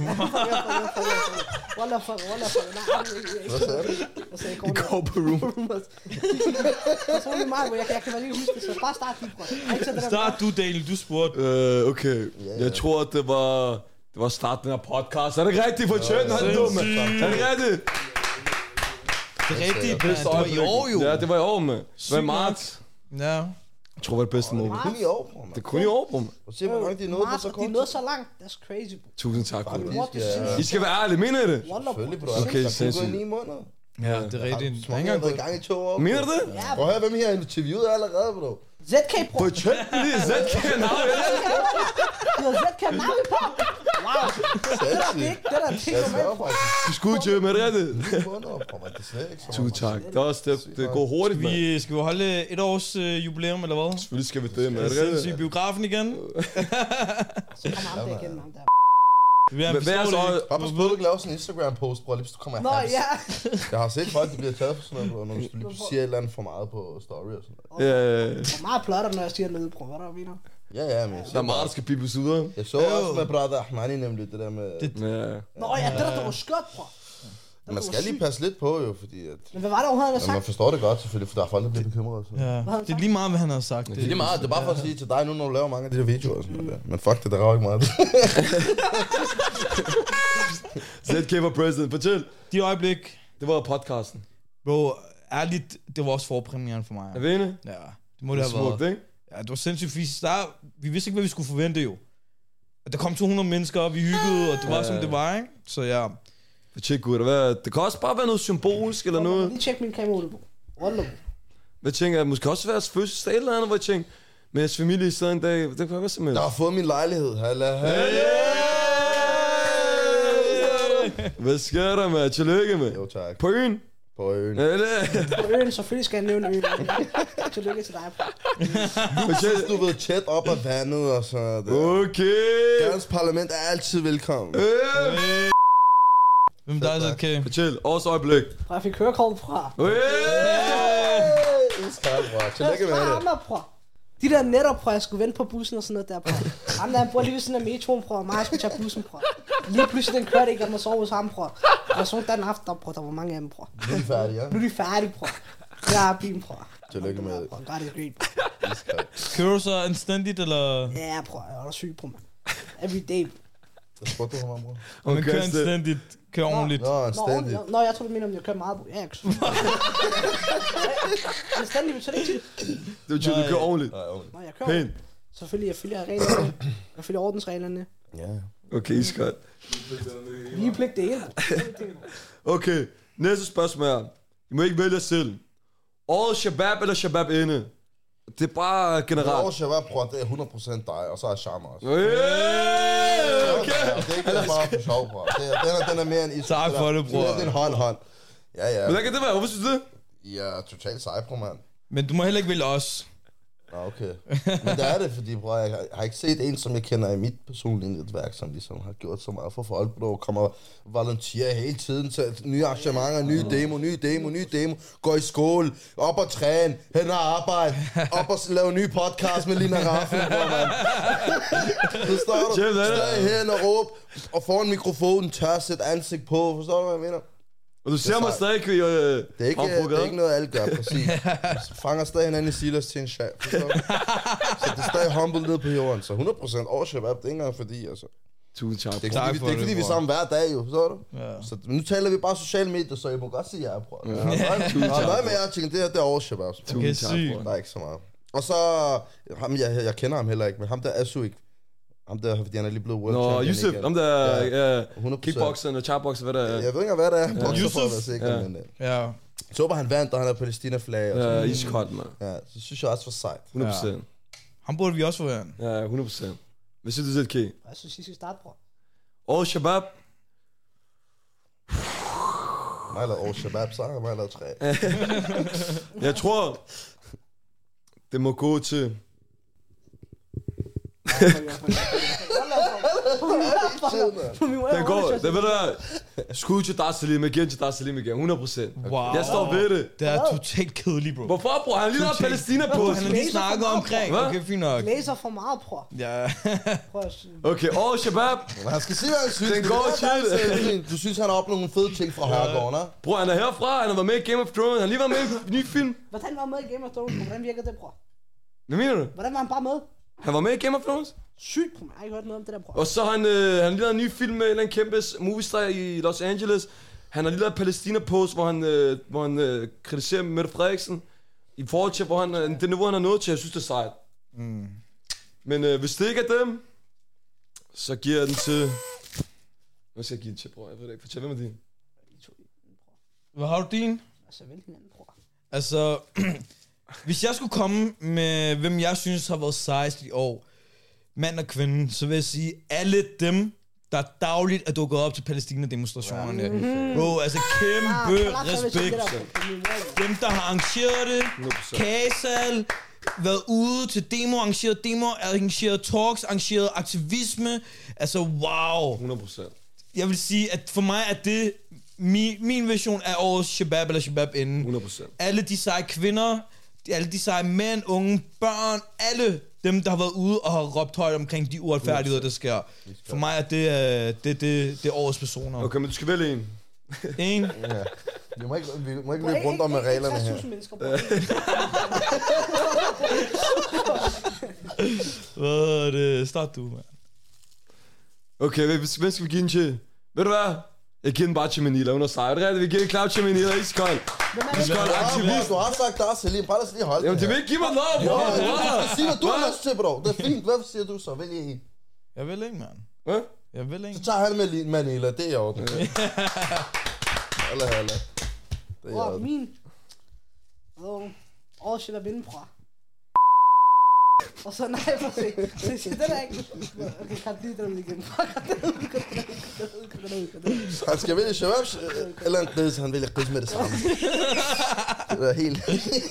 Wallah, fuck, wallah, fuck. Hvad sagde du? Jeg sagde i går I nat. går på room. Personligt mig, bro. Jeg kan, jeg kan bare lige huske det, så bare start lige, bror. Jeg har ikke set det der- Start du, Daniel, du spurgte. Øh, okay. Jeg tror, at det var... Det var starten af den her podcast. Er det ikke rigtigt? Fortjent, han er dumme. Er det ikke rigtigt? Det er rigtigt, mand. Bedste Det var i øjeblik. år, jo. Ja, det var i år, mand. Det var i Sygt marts. Ja. Jeg tror, det var det bedste moment. Kun i år, bror, Det er mand. kun i år, bro. Og se, hvor langt de er nået på Mars, så og kort de tid. nåede så langt. That's crazy, bro. Tusind tak, bro. Faktisk, What the ja. I skal være ærlige, mener I det? Wallah, bro. Selvfølgelig, bro. Okay, Okay, sindssygt. sindssygt. i ni måneder. Ja, det er rigtigt. Som om jeg har været i gang i to år. Mener du det? Ja, Prøv at høre, hvem I har interviewet allerede, bro. Z K, bror. Fortjent, lige Z K navn. Du har Z K navn på. Wow. Det der, det er ikke det der ting, Jeg du med, sværger bror. faktisk. Du skulle til med det, er det? Ni måneder, bror, man. Det er slet ikke så Tusind meget. tak. Det er også det. Det går hurtigt, mand. Vi skal jo holde et års øh, jubilæum, eller hvad? Selvfølgelig skal vi det, mand. Er det Sindssygt rigtigt? biografen igen. Så kommer ham der igen, ham der. Ja, Hvad er så... Bare pas på, du ikke laver sådan en Instagram-post, bror. Lige hvis du kommer Nå, hans. ja. Jeg har set folk, der bliver taget for sådan noget, bror. Når du lige siger et eller andet for meget på story og sådan noget. Ja, Jeg er meget plotter, når jeg siger noget, bror. Hvad der er, mener? Ja, ja, men jeg der er siger meget, der bare. skal pipes ud af. Jeg så også med brother Ahmani nemlig, det der med... Det- Ja. Nå, ja, det der, der var skørt, bror. Det Man der skal var lige sygt. passe lidt på, jo, fordi at... Men hvad var det, hun havde Ja, man sagt? forstår det godt, selvfølgelig, for der er folk, der bliver bekymrede. Så. Ja, det er lige meget, hvad han har sagt. Det er lige meget, det er bare for at sige til dig nu, når du laver mange af de der videoer og sådan noget der. Men fuck det, der rager ikke meget. Z K var president. Fortæl. De øjeblik, Det var podcasten. bro, ærligt, det var også forpremieren for mig. Er vi enige? Ja, det må det Det er have smukt, været. ikke? Ja, det var sindssygt, fordi der, vi vidste ikke, hvad vi skulle forvente jo. Og der kom to hundrede mennesker op, vi hyggede, og det var, Ja. som det var, ikke? Så ja, Fortæl, gutter. Hvad? Det kan også bare være noget symbolisk eller Nå, noget. Lige tjek min kamera, bro. Wallah, bro. Hvad tænker jeg? Måske også være jeres fødselsdag eller andet, hvor jeg tænker, med jeres familie i stedet en dag. Det kan være simpelthen. Der har fået min lejlighed. Halla, halla. Hvad sker der, med? Tillykke med. Jo, tak. På øen? På øen. Ja, det På øen, selvfølgelig skal jeg nævne øen. Tillykke til dig, bror. Hvis du ved, tæt op af vandet og så der. Okay. Gadens parlament er altid velkommen. Øh. hvem der er så kan. Fortæl. Års øjeblik. Bror, jeg fik kørekort fra. Øh. Tak, bror. Tillykke med Hvad det. ham der, bror? De der netop, bror, jeg skulle vente på bussen og sådan noget der, bror. Ham der, han bor lige ved sådan af metroen, bror, og mig, jeg skulle tage bussen, bror. Lige pludselig, den kørte ikke, jeg må sove hos ham, bror. Og så den aften, bror, der var mange af dem, bror. Nu er de færdige, ja? Nu er de færdige, bror. Jeg er bilen, bror. Tillykke med det. Bror, God is great, bror. Iskalt. Kører du så anstændigt, eller? Ja, bror, jeg er da syg, bror, man. Every day. Hvad spurgte du ham, bror? Om man Okay, kører så- anstændigt, kører ordentligt. Nå, Nå, anstændigt. Nå, nå, jeg tror du mener, om jeg kører meget, bror. Ja, jeg kører. Anstændigt betyder ikke tit. Det betyder, du Nej. kører ordentligt. Nej, ordentligt. Nå, jeg kører. Pænt. Selvfølgelig, jeg følger reglerne. Jeg følger ordensreglerne. Ja. Okay, iskalt. Lige pligt det hele. Okay. Næste spørgsmål er, I må ikke vælge selv. Årets Shabab eller Shabab inde? Det er bare generelt. Årets Shabab, bror, det er hundrede procent dig, og så er Sharma også. Yeah, okay. Det er ikke bare for sjov, bror. Den er, den er mere end is. Tak for det, bror. Det er en hånd, hånd. Ja, ja. Hvordan kan det være? Hvorfor synes du det? Ja, totalt sej, bror, mand. Men du må heller ikke vælge os. Nå, okay. Men det er det, fordi bror, jeg har, jeg har ikke set en, som jeg kender i mit personlige netværk, som ligesom har gjort så meget for folk, bro. Kommer volunteer hele tiden til nye arrangementer, nye demo, nye demo, nye demo. Går i skole, op og træne, hen og arbejde, op og lave nye podcast med Lina Raffen, bror, mand. Forstår du? Stag hen og råb, og foran mikrofonen, tør sætte ansigt på. Forstår du, hvad jeg mener? Og du ser mig stadig øh, det, er ikke, det er ikke noget, alle gør, præcis. Du fanger stadig hinanden i silos til en chat, forstår du? Så det er stadig humble ned på jorden. Så hundrede procent års Shabab, det er ikke engang fordi, altså. Tusind tak, Det er ikke fordi, vi, det er ikke, fordi vi er sammen hver dag, jo, forstår du? Ja. Så nu taler vi bare sociale medier, så jeg må godt sige ja, bror. Ja, nej, nej, men jeg tænker, det her, det er års Shabab. Okay, sygt. Der er ikke så meget. Og så, ham, jeg, jeg kender ham heller ikke, men ham der Asuik. Ham der, fordi han er lige blevet world Nå, champion. Nå, Yusuf, ham der ja, uh, kickboxeren og charboxer, hvad der er. Jeg ved ikke, hvad det er. Ja. Yusuf. For at være sikker, ja. men, uh, Ja. så håber han vandt, og han er Palæstina-flag. Ja, iskoldt, man. Ja, så synes jeg også for sejt. hundrede procent. Ja. Ham burde vi også få være. Ja, hundrede procent. Hvad synes du selv, K? Jeg synes, I skal starte, bror. Årets Shabab. Mig har lavet års Shabab, så har mig lavet tre. Jeg tror, det må gå til... Den går, det ved du hvad? Skud til Dar Salim igen til Dar Salim igen, hundrede procent. Wow. Jeg står ved det. Det er totalt kedeligt, bro. Hvorfor, bror? Han lige har Palæstina på. Han har lige snakket omkring. Hvad? Okay, fint nok. Læser for meget, bror. Ja. Prøv at sige. Okay, årets Shabab. Han skal sige, hvad han synes. Den Det går er til. det. Du synes, han har opnået nogle fede ting fra Herregården, hva'? Bror, han er herfra. Han har været med i Game of Thrones. Han har lige været med i en ny film. Hvordan var han med i Game of Thrones? Hvordan virker det, bror? Hvad mener du? Hvordan var han bare med? Han var med i Game of Thrones. Sygt, bror. Jeg har ikke hørt noget om det der, bror. Og så har han, øh, han har lige lavet en ny film med en eller anden kæmpe moviestar i Los Angeles. Han har lige lavet Palæstina-post, hvor han, øh, hvor han øh, kritiserer Mette Frederiksen. I forhold til, hvor han, øh, det niveau, han er nået til. Jeg synes, det er sejt. Mm. Men øh, hvis det ikke er dem, så giver jeg den til... Hvad skal jeg give den til, bror? Jeg ved det ikke. Fortæl, hvem er din? Hvad har du din? Altså, vælg hinanden, bror. Altså, hvis jeg skulle komme med, hvem jeg synes har været sejst i år, mand og kvinde, så vil jeg sige, alle dem, der dagligt er dukket op til Palæstina-demonstrationerne. Mhm. Bro, altså kæmpe Ah, respekt. Dem, der har arrangeret det, Kasal, været ude til demo, arrangeret demo, arrangeret talks, arrangeret aktivisme. Altså, wow. hundrede procent. Jeg vil sige, at for mig er det min, min version af årets Shabab eller Shabab inden. hundrede procent. Alle de seje kvinder, alle de seje mænd, unge, børn, alle dem, der har været ude og har råbt højt omkring de uretfærdigheder, der sker. For mig er det, uh, det, det, det er årets personer. Okay, men du skal vælge en. En? Ja. Vi må ikke, vi må ikke løbe rundt om med reglerne her. Hvad er det? Start du, mand. Okay, hvem hvem skal vi give den til? Ved du hvad? Jeg giver den bare til Manila, hun er sej. Det er rigtigt, vi giver en klap til Manila, iskold. Iskold aktivist. Du har sagt der, Selim. Bare lad os lige holde Jamen, det vil ikke give mig lov, bror. det. Sig, hvad du har lyst til, bro. Det er fint. Hvad siger du så? Vælg en. Jeg vil ikke, mand. Hvad? Jeg vil ikke. Så tager han med Manila. Det er i orden. Alla, alla. Det er i Bror, orden. min. Åh, shit, jeg vinder, bror. Og så nej, for se. Se, se, det er ikke. Okay, kan lige det ud igen. Han skal vælge Shabab, eller en Gris. Han vælger Gris med det samme. Det er helt...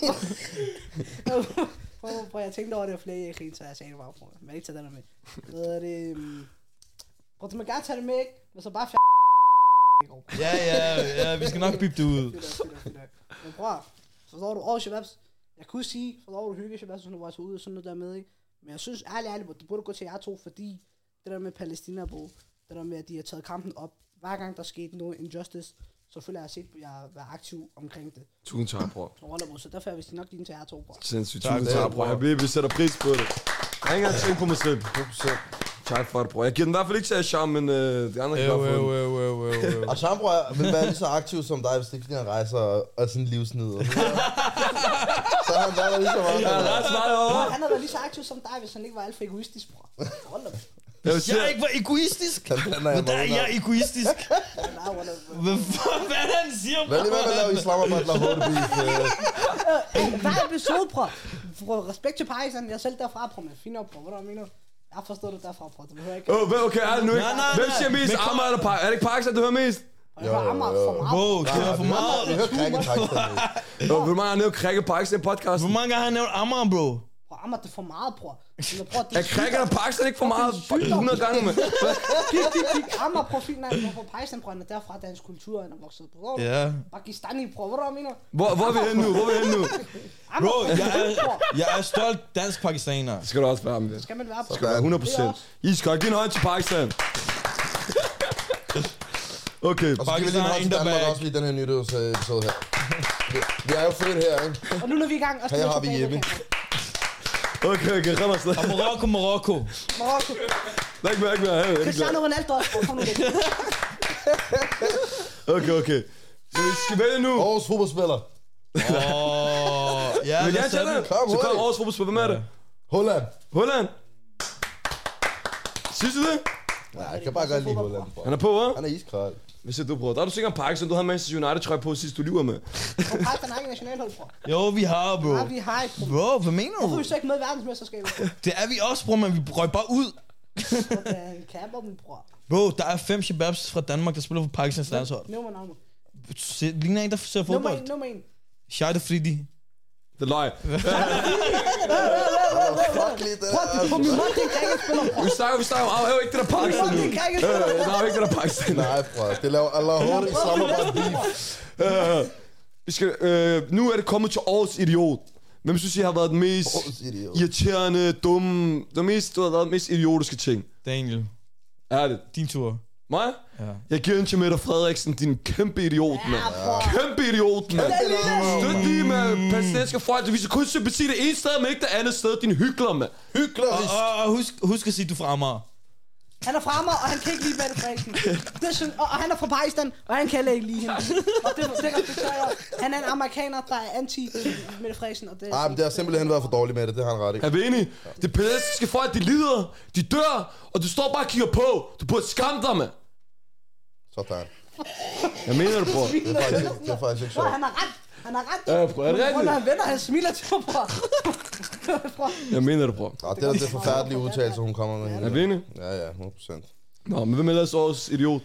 Prøv, jeg tænkte over det, og flere jeg grinte, så jeg sagde det bare, bror. Men ikke tage den der med. Hvad er det? Prøv, du må gerne tage det med, ikke? Men så bare fjern. Ja, ja, ja, vi skal nok bippe det ud. Men bror, forstår du, åh, Shababs. Jeg kunne sige, forstår du, hygge Shababs, så nu var så ude og sådan noget der med, ikke? Men jeg synes ærligt, ærligt, det burde gå til jer to, fordi det der med Palæstina, bro, det der med, at de har taget kampen op, hver gang der skete noget injustice, så føler jeg, at jeg har set jer være aktiv omkring det. Tusind tak, bror. Så derfor vil jeg nok give den til jer to, bror. Sindssygt, Tak, tusind tak, bror. Jeg bliver, vi sætter pris på det. Jeg har ikke engang tænkt på mig selv. Tak for det, bror. Jeg giver den i hvert fald ikke til Asham, men øh, de andre kan bare få den. Og Sham, bror, vil være lige så aktiv som dig, hvis det ikke fordi han rejser og sådan livsnyder. Så er han bare lige så meget. Jeg er ret smart over. Han havde været lige så aktiv som dig, hvis han ikke var alt for egoistisk, bror. Hold da. Jeg ikke var egoistisk. Men der er jeg egoistisk. Hvad hvad er det, han siger, Hvad er det med at lave Islamabad Lahore beef? Hver episode, bror. For respekt til Pakistan, jeg er selv derfra, bror. Men fint op, bror. Hvad er det, mener? Jeg har forstået det derfra, bror. Du behøver ikke... Åh, okay, er det nu ikke? Hvem siger mest? Amager eller Pakistan? Er det ikke Pakistan, du hører mest? Jeg hører Amager for meget. Bro, det er for meget. Vi hører krække Pakistan. Hvor mange har nævnt Krække Pakistan podcast? Hvor mange gange har han nævnt Amager, bro? Bror, Amager, det er for meget, bror. Er Krække og Pakistan ikke for meget? hundrede gange med. Kig, kig, kig. Amager, bror, fint. Nej, bror, Pakistan, bror. Han er derfra, dansk kultur, han er vokset på. Ja. Pakistani, bror. Hvad er det, mener? Hvor, hvor er vi henne nu? Hvor er vi henne nu? Bro, jeg er, jeg er stolt dansk pakistaner. Det skal du også være med. Skal man være på? Det skal være hundrede procent. I skal give en hånd til Pakistan. Okay. Og så giver vi lige en hånd til Danmark også lige den her nyhedsepisode her. Vi er jo født her, ikke? Og nu er vi i gang. Her har vi hjemme. Okay, okay, kom afsted. Og Marokko, Marokko. Marokko. Læg mig ikke mere. Cristiano Ronaldo også, bror. Kom nu lidt. Okay, okay. Så vi skal vælge nu. Aarhus fodboldspiller. Åh, ja, Vil lad jeg os tage tage den? den. Kom, Så kom hurtigt. Aarhus fodboldspiller. Hvem er det? Holland. Holland. Synes du det? Nej, jeg kan bare godt lide Holland, bror. Han er på, hva'? Han er iskold. Hvad siger du, bror? Der er du sikkert en Pakistan. Du havde Manchester United-trøje på sidst, du lyver med. Bror, Pakistan har ikke nationalhold, bror. Jo, vi har, bro. Ja, vi har ikke, bror. Bro, hvad mener Hvorfor er du? vi så ikke med i verdensmesterskabet, bror? Det er vi også, bro, men vi røg bare ud. Bror, det er en kapper, min bror. Bro, der er fem shababs fra Danmark, der spiller for Pakistans landshold. Nævn mig navnet. Se- Ligner en, der ser Nummer fodbold. en, nummer en. Shahid Fridi. Det er løg. Fuck lige det Bror, det er på min måde, det er en grækespiller, bror. Vi snakker, vi snakker om, ah, ikke det der Pakistan nu. Det er en grækespiller. Øh, Nej, ikke det der Pakistan. Nej, bror. Det laver Lahore Islamabad beef. Øh, Vi skal, øh, nu er det kommet til årets idiot. Hvem synes I har været den mest Årets idiot. irriterende, dumme, det mest, du har været den mest idiotiske ting? Daniel, Er det? din tur. Mig? Ja. Jeg giver den til Mette Frederiksen, din kæmpe idiot, mand. Ja, bror. Kæmpe idiot, mand. Støt lige med palæstinensiske folk. Du viser kun sympati det ene sted, men ikke det andet sted. Din hykler, mand. Hyklerisk. Og, og husk, husk at sige, du er fra Amager. Han er fra mig, og han kan ikke lide Mette Frederiksen. Det er sådan, og, og han er fra Pakistan, og han kan heller ikke lide hende. Og det, det respekterer jeg. Han er en amerikaner, der er anti-Mette Frederiksen, og det Ah, men det har simpelthen været for dårligt med det. Det har han ret i. Er vi enige? Det palæstinensiske folk, de lider, de dør, og du står bare og kigger på. Du burde skamme dig, mand. Sådan. Jeg mener det, bror. Det er faktisk ikke, det er faktisk ikke Bror, sjovt. han har ret. Han har ret. Ja, bror, er det Bror, rigtigt? når han vender, han smiler til mig, bror. Bror. Jeg mener det, bror. Ah, det er det forfærdelige udtalelse, hun kommer med. Er vi enige? Ja, ja, hundrede procent. Nå, men hvem er ellers årets idiot?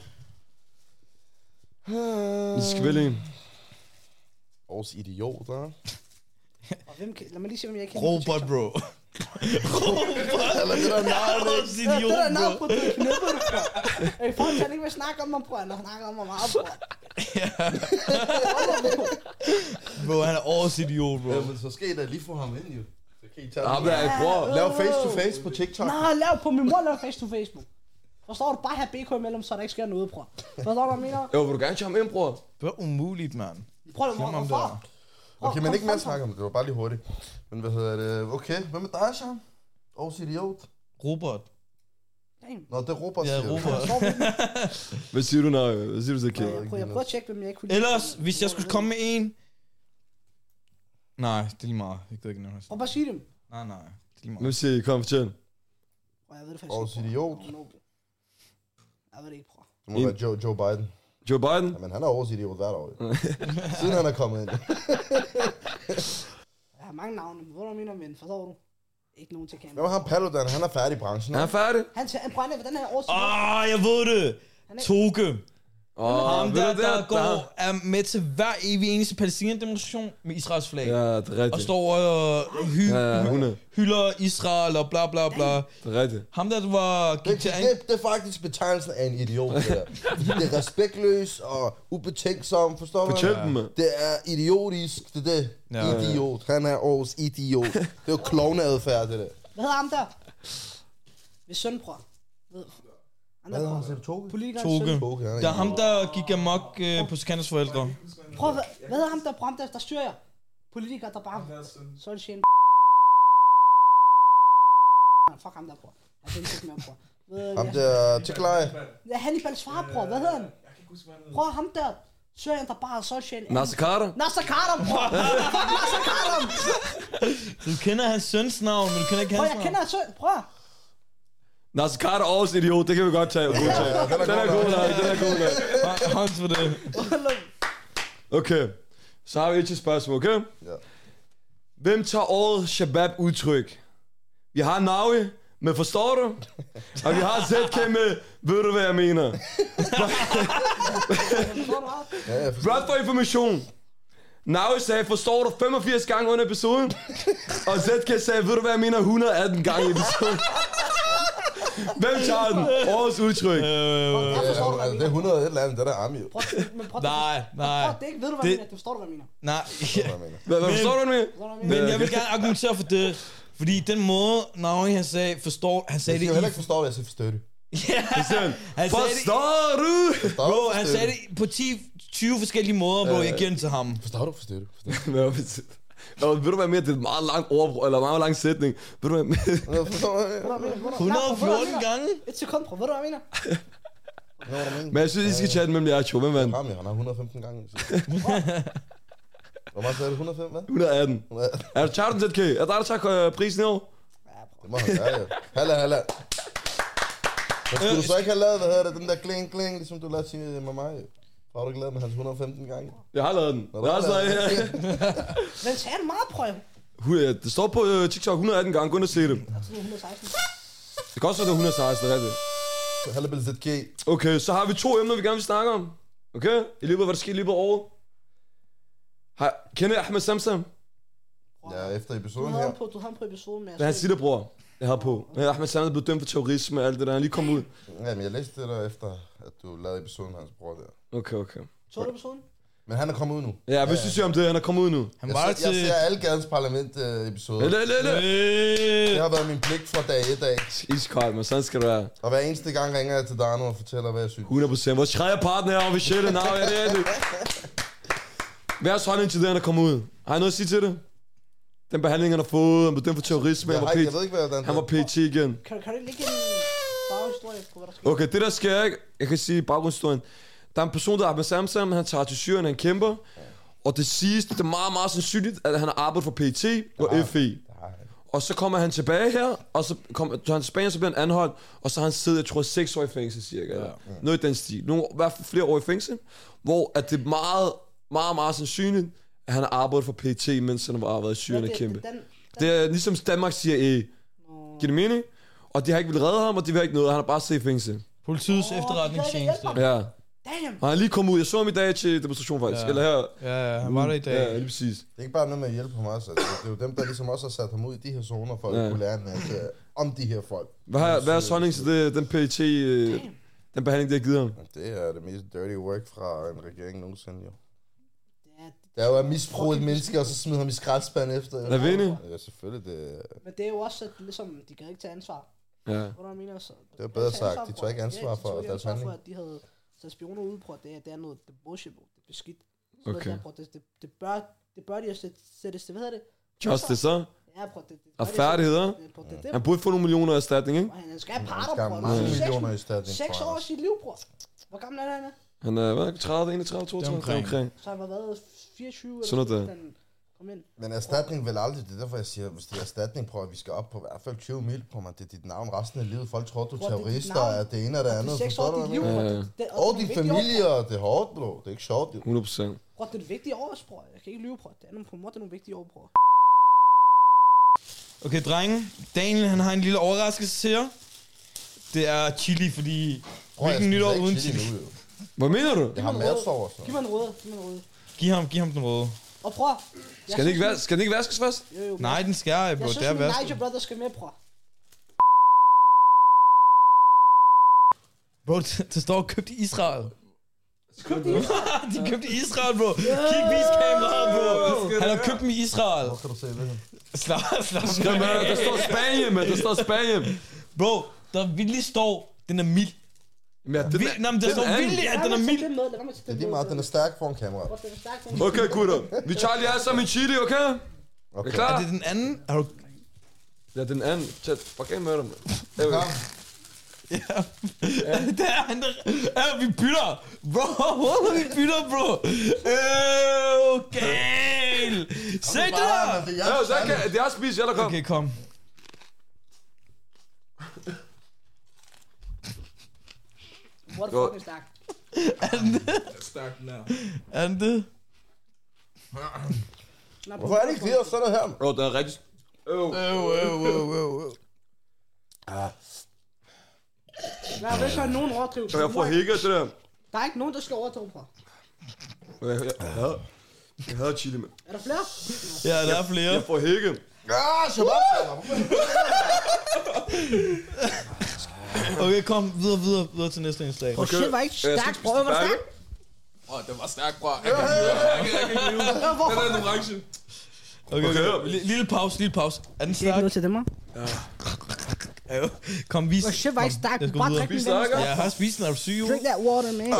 Vi skal vælge en. Årets idiot, hva'? Og hvem kan, lad mig lige se, om jeg kan lide Robot, bro. Eller det der navn, ikke? Årets Ja, det der idiot, navn bro. på det knippet, bror. Øh, folk kan ikke vil snakke om mig, bror. Han snakker om mig meget, bror. Bro, han er årets idiot, bro. Jamen, så skal I da lige få ham ind, jo. Så kan I tage Ja, den. men jeg bror. Lav face to face på TikTok. Nej, lav på min mor, lav face to face, bror. Forstår du? Bare have B K imellem, så der ikke sker noget, bror. Forstår du, hvad jeg mener? Jo, vil du gerne tage ham ind, bror? Det var umuligt, mand. Prøv at Glem ham hvorfor? der. Okay, men ikke mere snak om det. Det var bare lige hurtigt. Men hvad hedder det? Okay, hvad med dig, Sean? Årets idiot? Robot. Damn. Nå, det er Robert, Ja, siger du. Robot. Hvad siger du, når Hvad siger du så, Jeg Kjell? prøver, jeg prøver at tjekke, hvem jeg ikke kunne lide. Ellers, hvis jeg skulle komme med en... Nej, det er lige meget. Jeg gider ikke nævne Prøv bare at sige dem. Nej, nej. Det er lige meget. Hvem siger I? Kom, fortæl. Prøv, jeg ved det faktisk Årets ikke, idiot. bror. Jeg ved det ikke, bror. Det må være Joe, Joe Biden. Joe Biden? Jamen, han er årets idiot hvert år. jo. Siden han er kommet ind. Jeg har mange navne, men hvad du mener, men forstår du? Ikke nogen til Hvad kamera. var han Paludan? Han er færdig i branchen. Er han færdig? Han, han brænder ved den her års. Åh, oh, jeg ved det. Toge. Åh, Ham ved du der, det? der går er med til hver evig eneste Palæstina-demonstration med Israels flag. Ja, det er Og rigtigt. står og hy, Ja, ja, hun er. hylder Israel og bla bla bla. Det er rigtigt. Ham der, du var gik Det, til an... det, det er faktisk betegnelsen af en idiot, det der. Det er respektløs og ubetænksom, forstår du? Fortæl dem, mand. Det er idiotisk, det er det. Ja. Idiot. Han er årets idiot. Det er jo klovneadfærd, det der. Hvad hedder ham der? Hvis søn, bror. Ved- Han Hvad er har han bror. sagt? Toge? Politikernes søn. Toge. Toge, han er Der er ham, idiot. der gik amok øh, på Skandas forældre. Prøv, hvad, hvad hedder ham der, bror? Ham der, der styrer jer? Politikere, der bare... Solskjaer. Fuck ham der, bror. Jeg vil ikke mere, bror. Ved- Ham der Tiklej. Ja, Hannibals far, bror. Hvad hedder han? Prøv ham der. Syrien, der bare er Solskjaer. Nasser Carter? Nasser Carter, bror. Fuck Nasser Carter. Du kender hans søns navn, men du kender ikke Prøv, hans jeg navn. kender hans søn. Prøv. Nasser Carter årets idiot, det kan vi godt tage. God tage. Ja, den er Den er god god nok. nok, den er god nok. Hånds for det. Okay, så har vi et til spørgsmål, okay? Ja. Hvem tager årets shabab-udtryk? Vi har Naui med forstår du? Og vi har Z K med ved du hvad jeg mener? Ja, jeg forstår. Blot for information. Naui sagde forstår du femogfirs gange under episoden. Og Z K sagde ved du hvad jeg mener hundrede og atten gange i episoden. Hvem tager den? Årets udtryk. Jeg forstår du, hvad Altså, det er hundrede og et eller andet, det der arme jo. Prøv, men prøv, Nej, nej. Prøv, det er ikke, ved du hvad Det- jeg mener? Du forstår du, hvad jeg mener? Nej, Hvad jeg mener. Hvad, hvad Men- forstår du med? Forstår du, hvad jeg mener? men jeg vil gerne argumentere for det. Fordi den måde, Naui han sagde, forstår, han Jeg sagde skal det jo i... heller ikke forstå, hvad jeg siger forstå det. Ja, han sagde det... Forstår du? Forstår Bro, du, han forstå sagde det? det på ti tyve forskellige måder, bro. Jeg giver den til ham. Forstår du, forstå det. Forstår Hvad betyder- Nå, ved du hvad mere? Det er et meget lang ord, eller meget lang sætning. Ved du hvad mere? du. Forstår du, Ved du, hvad jeg mener? Ved du, hundrede og nej, prøv, ved du, hvad jeg fjorten mener? gange. Et sekund, prøv. Ved du, hvad jeg mener? hvad jeg mener? Men jeg synes, I skal chatte mellem jer to. Hvem vandt? Rami, han har hundrede og femten gange. Hvor meget sagde du? hundrede og fem, hvad? hundrede og atten. hundrede og atten. Er det Charlton Z K? Er der, der tager øh, prisen i år? Det må han gøre, jo. Halla, halla. Men skulle du så ikke have lavet, hvad hedder det, den der kling, kling, ligesom du lavede til med mig? Har du ikke lavet med hans hundrede og femten gange? Jeg har lavet den. Nå, Jeg har du har lavet lavet den. Men sagde det meget, prøv. Hu- ja, Det står på øh, TikTok hundrede og atten gange. Gå ind og se det. Altså, det er et hundrede og seksten. Det kan også være, det er hundrede og seksten, det er rigtigt. Halla, Bill Z K. Okay, så har vi to emner, vi gerne vil snakke om. Okay? I løbet af, hvad der sker i løbet af året. Har, kender I Ahmed Samsam? Ja, efter Du episoden havde her. ham på, du havde ham på episoden med... Det er hans sitterbror, jeg har på. Men Ahmed Samsam er blevet dømt for terrorisme og alt det der. Han er lige kommet ud. Ja, men jeg læste det der efter, at du lavede episoden med hans bror der. Okay, okay. Så du episoden? Men han er kommet ud nu. Ja, hvad synes I om det? Han er kommet ud nu. Han Jeg, var der ser, jeg til... ser alle gadens parlament uh, episoder. Eller, eller, eller. Det Øh, har været min pligt fra dag et dag. Iskold, men sådan skal det være. Og hver eneste gang ringer jeg til Dano og fortæller, hvad jeg synes. hundrede procent. Vores tredjepartner er officielle navn, ja, det er det. Hvad er jeres holdning til det, han er kommet ud? Har I noget at sige til det? Den behandling, han har fået, han blev dømt for terrorisme, Jeg, han har, var ikke- jeg ved ikke, hvad den Han var P T igen. Kan, kan du ikke lægge en baghistorie på, hvad der sker? Okay, det der sker ikke, jeg kan sige baggrundshistorien. Der er en person, der har med Samsam, han tager til Syrien, han kæmper. Og det siges, det er meget, meget sandsynligt, at han har arbejdet for P T og F E. Og så kommer han tilbage her, og så kommer så han til Spanien, så bliver han anholdt, og så har han siddet, jeg tror, seks år i fængsel cirka. Ja. Noget i den stil. Nogle, i hvert fald flere år i fængsel, hvor at det er meget, meget, meget sandsynligt, at han har arbejdet for P T, mens han har været i Syrien og kæmpe. Den, den, Det er ligesom Danmark siger, eh, giver det mening? Og de har ikke vil redde ham, og de vil ikke noget, han har bare siddet i fængsel. Politiets Åh, efterretningstjeneste. de Ja. Damn! Og han er lige kommet ud. Jeg så ham i dag til demonstration faktisk. Ja. Eller her. Ja, ja, han var der i Ja, dag. lige præcis. Det er ikke bare noget med at hjælpe ham også. Altså, det er jo dem, der ligesom også har sat ham ud i de her zoner, for at Ja. kunne lære en masse om de her folk. Hvad er, hvad er så holdning til det, den P T, øh, den behandling, de har givet ham? Det er det mest dirty work fra en regering nogensinde, jo. Det er, Det er jo at misbruge et menneske, og så smide ham i skraldespanden efter. Er vi enige? Ja, selvfølgelig. Det, men det er jo også, at ligesom, de kan ikke tage ansvar. Ja. Hvad du mener, så... Det er bedre sagt. De tog ikke ansvar for deres deres handling. handling. at de havde sat spioner ud på, at det, er- det er noget det er bullshit, bro. Det er beskidt. Så Okay. Der, bro, det, det, det, bør, det bør de jo sætte, sættes til, hvad hedder det? Justice, så? Ja, bro, det, det, Og bør de færdigheder? sætte- det- bro, det, det, Han burde få nogle millioner erstatning, ikke? bro, han skal have Han parter, skal bro. have mange Seks- millioner i erstatning Seks for år ham. af sit liv, bror. Hvor gammel er han? Han er, hvad, tredive, enogtredive, toogtredive, omkring. omkring. Så han var været fireogtyve eller Sådan noget da han kom ind. Men erstatning vil aldrig, det er derfor jeg siger, hvis det er erstatning, prøv at vi skal op på i hvert fald tyve mil på mig. Det er dit navn resten af livet. Folk tror, du er Bror, det er dit terrorister, navn. at det ene og det andet. Seks Forstår år du, af dit hvad liv, jeg Ja, bror. ja. Det- det- mener? Og det er din vigtige år, familie, og det er hårdt, bro. Det er ikke sjovt, jo. hundrede procent. Bror, det er det vigtige år, bror. Jeg kan ikke lyve, bror. Det er nogle, på en måde, det er nogle vigtige år, bror. Okay, drenge. Daniel, han har en lille overraskelse til jer. Det er chili, fordi... Prøv, jeg Hvilken spiser nytår ikke uden chili chili? nu, jo. Hvad mener du? Jeg har madsovs. Giv mig en røde. Giv mig en røde. Giv ham, giv ham den røde. Og prøv. Skal den ikke, vas- skal den ikke vaskes først? Jo, jo, Nej, den skærer jeg, bro. jeg Det synes, er min værst. Niger Brothers skal med, bror. Bro, det det står købt i Israel. De købte i Israel, bro. Kig, vis kameraet, bro. Han har købt dem i Israel. Hvor kan du se det her? Slap, slap. Jamen, der står Spanien, men der står Spanien. Bro, der vildt står, den er mild. Men ja, den Vild, nej, men der står vildt, at den er mild. Det er lige meget, den er stærk foran kameraet. Okay, gutter. Vi tager lige alle sammen en chili, okay? Er I Okay. klar? Er det den anden? Er du... Ja, den anden. Chat, fuck af med dem. Kom. Ja. Det er han, der... Ja, vi bytter. Bro, vi bytter, bro. Øh, okay. Se det der. Det er Ja, jeres så sandwich. kan, det er spist, jeg der kom. Okay, kom. Hvor er det fucking stærkt. Stærkt den her. Er den det? Hvorfor er det ikke lige sådan her? Bro, det er rigtig... Øv. Øv, øv, øv, øv, øv. Jeg vil ikke have nogen overdrive. Jeg får hækker det der. Der er ikke nogen, der skal overdrive på. Jeg, jeg, jeg, hader, jeg hader chili, mand. Er der flere? Ja, der er flere. Jeg får hække. Ah, så Okay, kom videre, videre, videre til næste indslag. Åh, shit, var ikke stærkt, bror. Var det stærkt? Åh, oh, det var stærkt, bror. Jeg kan ikke jeg kan ikke leve. Den er den orange. Okay, okay. L- lille pause, lille pause. Er den Det er ikke stærk? noget til dem, Ja. Ja, kom, vis. Åh, shit, var ikke stærkt. Lad os gå Bare videre. drik den Vis der. stærkere. Ja, jeg har spist den, er du syg, jo? Drink that water, man.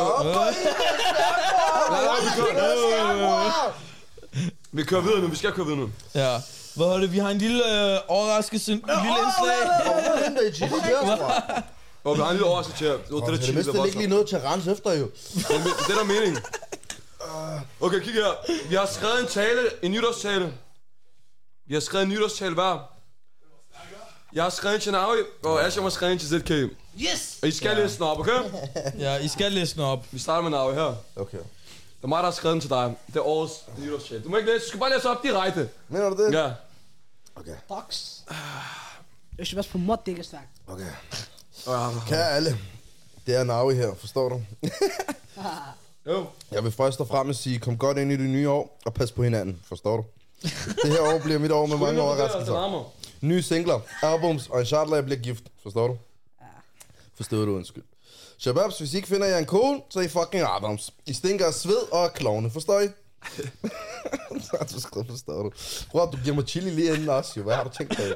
Vi kører videre nu, vi skal køre videre nu. Ja. Hvad er det? Vi har en lille øh, overraskelse, en lille indslag. Hvor henter I chili der, bror? Og vi har en lille overraskelse til jer. Det var det der Det chili, mindste der var ligger lige noget til at rense efter, jo. Det er det, der er meningen. Okay, kig her. Vi har skrevet en tale, en nytårstale. Vi har skrevet en nytårstale hver. Jeg har skrevet en til Naui, og Asher har skrevet en til Z K. Yes! Og I skal læse den op, okay? Ja, I skal læse den op. Vi starter med Naui her. Okay. Det er mig, der har skrevet den til dig. Det er årets nytårstale. Du må ikke læse, du skal bare læse op direkte. Mener du det? Ja. Okay. Box. Jeg skal være på mod, det ikke er stærkt. Okay. Ja. Kære alle, det er Naui her, forstår du? Jo. Jeg vil først og fremmest sige, kom godt ind i det nye år, og pas på hinanden, forstår du? Det her år bliver mit år med mange overraskelser. Nye singler, albums og en chartler bliver gift, forstår du? Forstår du, undskyld. Shababs, hvis I ikke finder jer en kone, så er I fucking Adams. I stinker af sved og er klovne, forstår I? Så har du skrevet, forstår du? Prøv du giver mig chili lige inden også, jo. Hvad har du tænkt dig?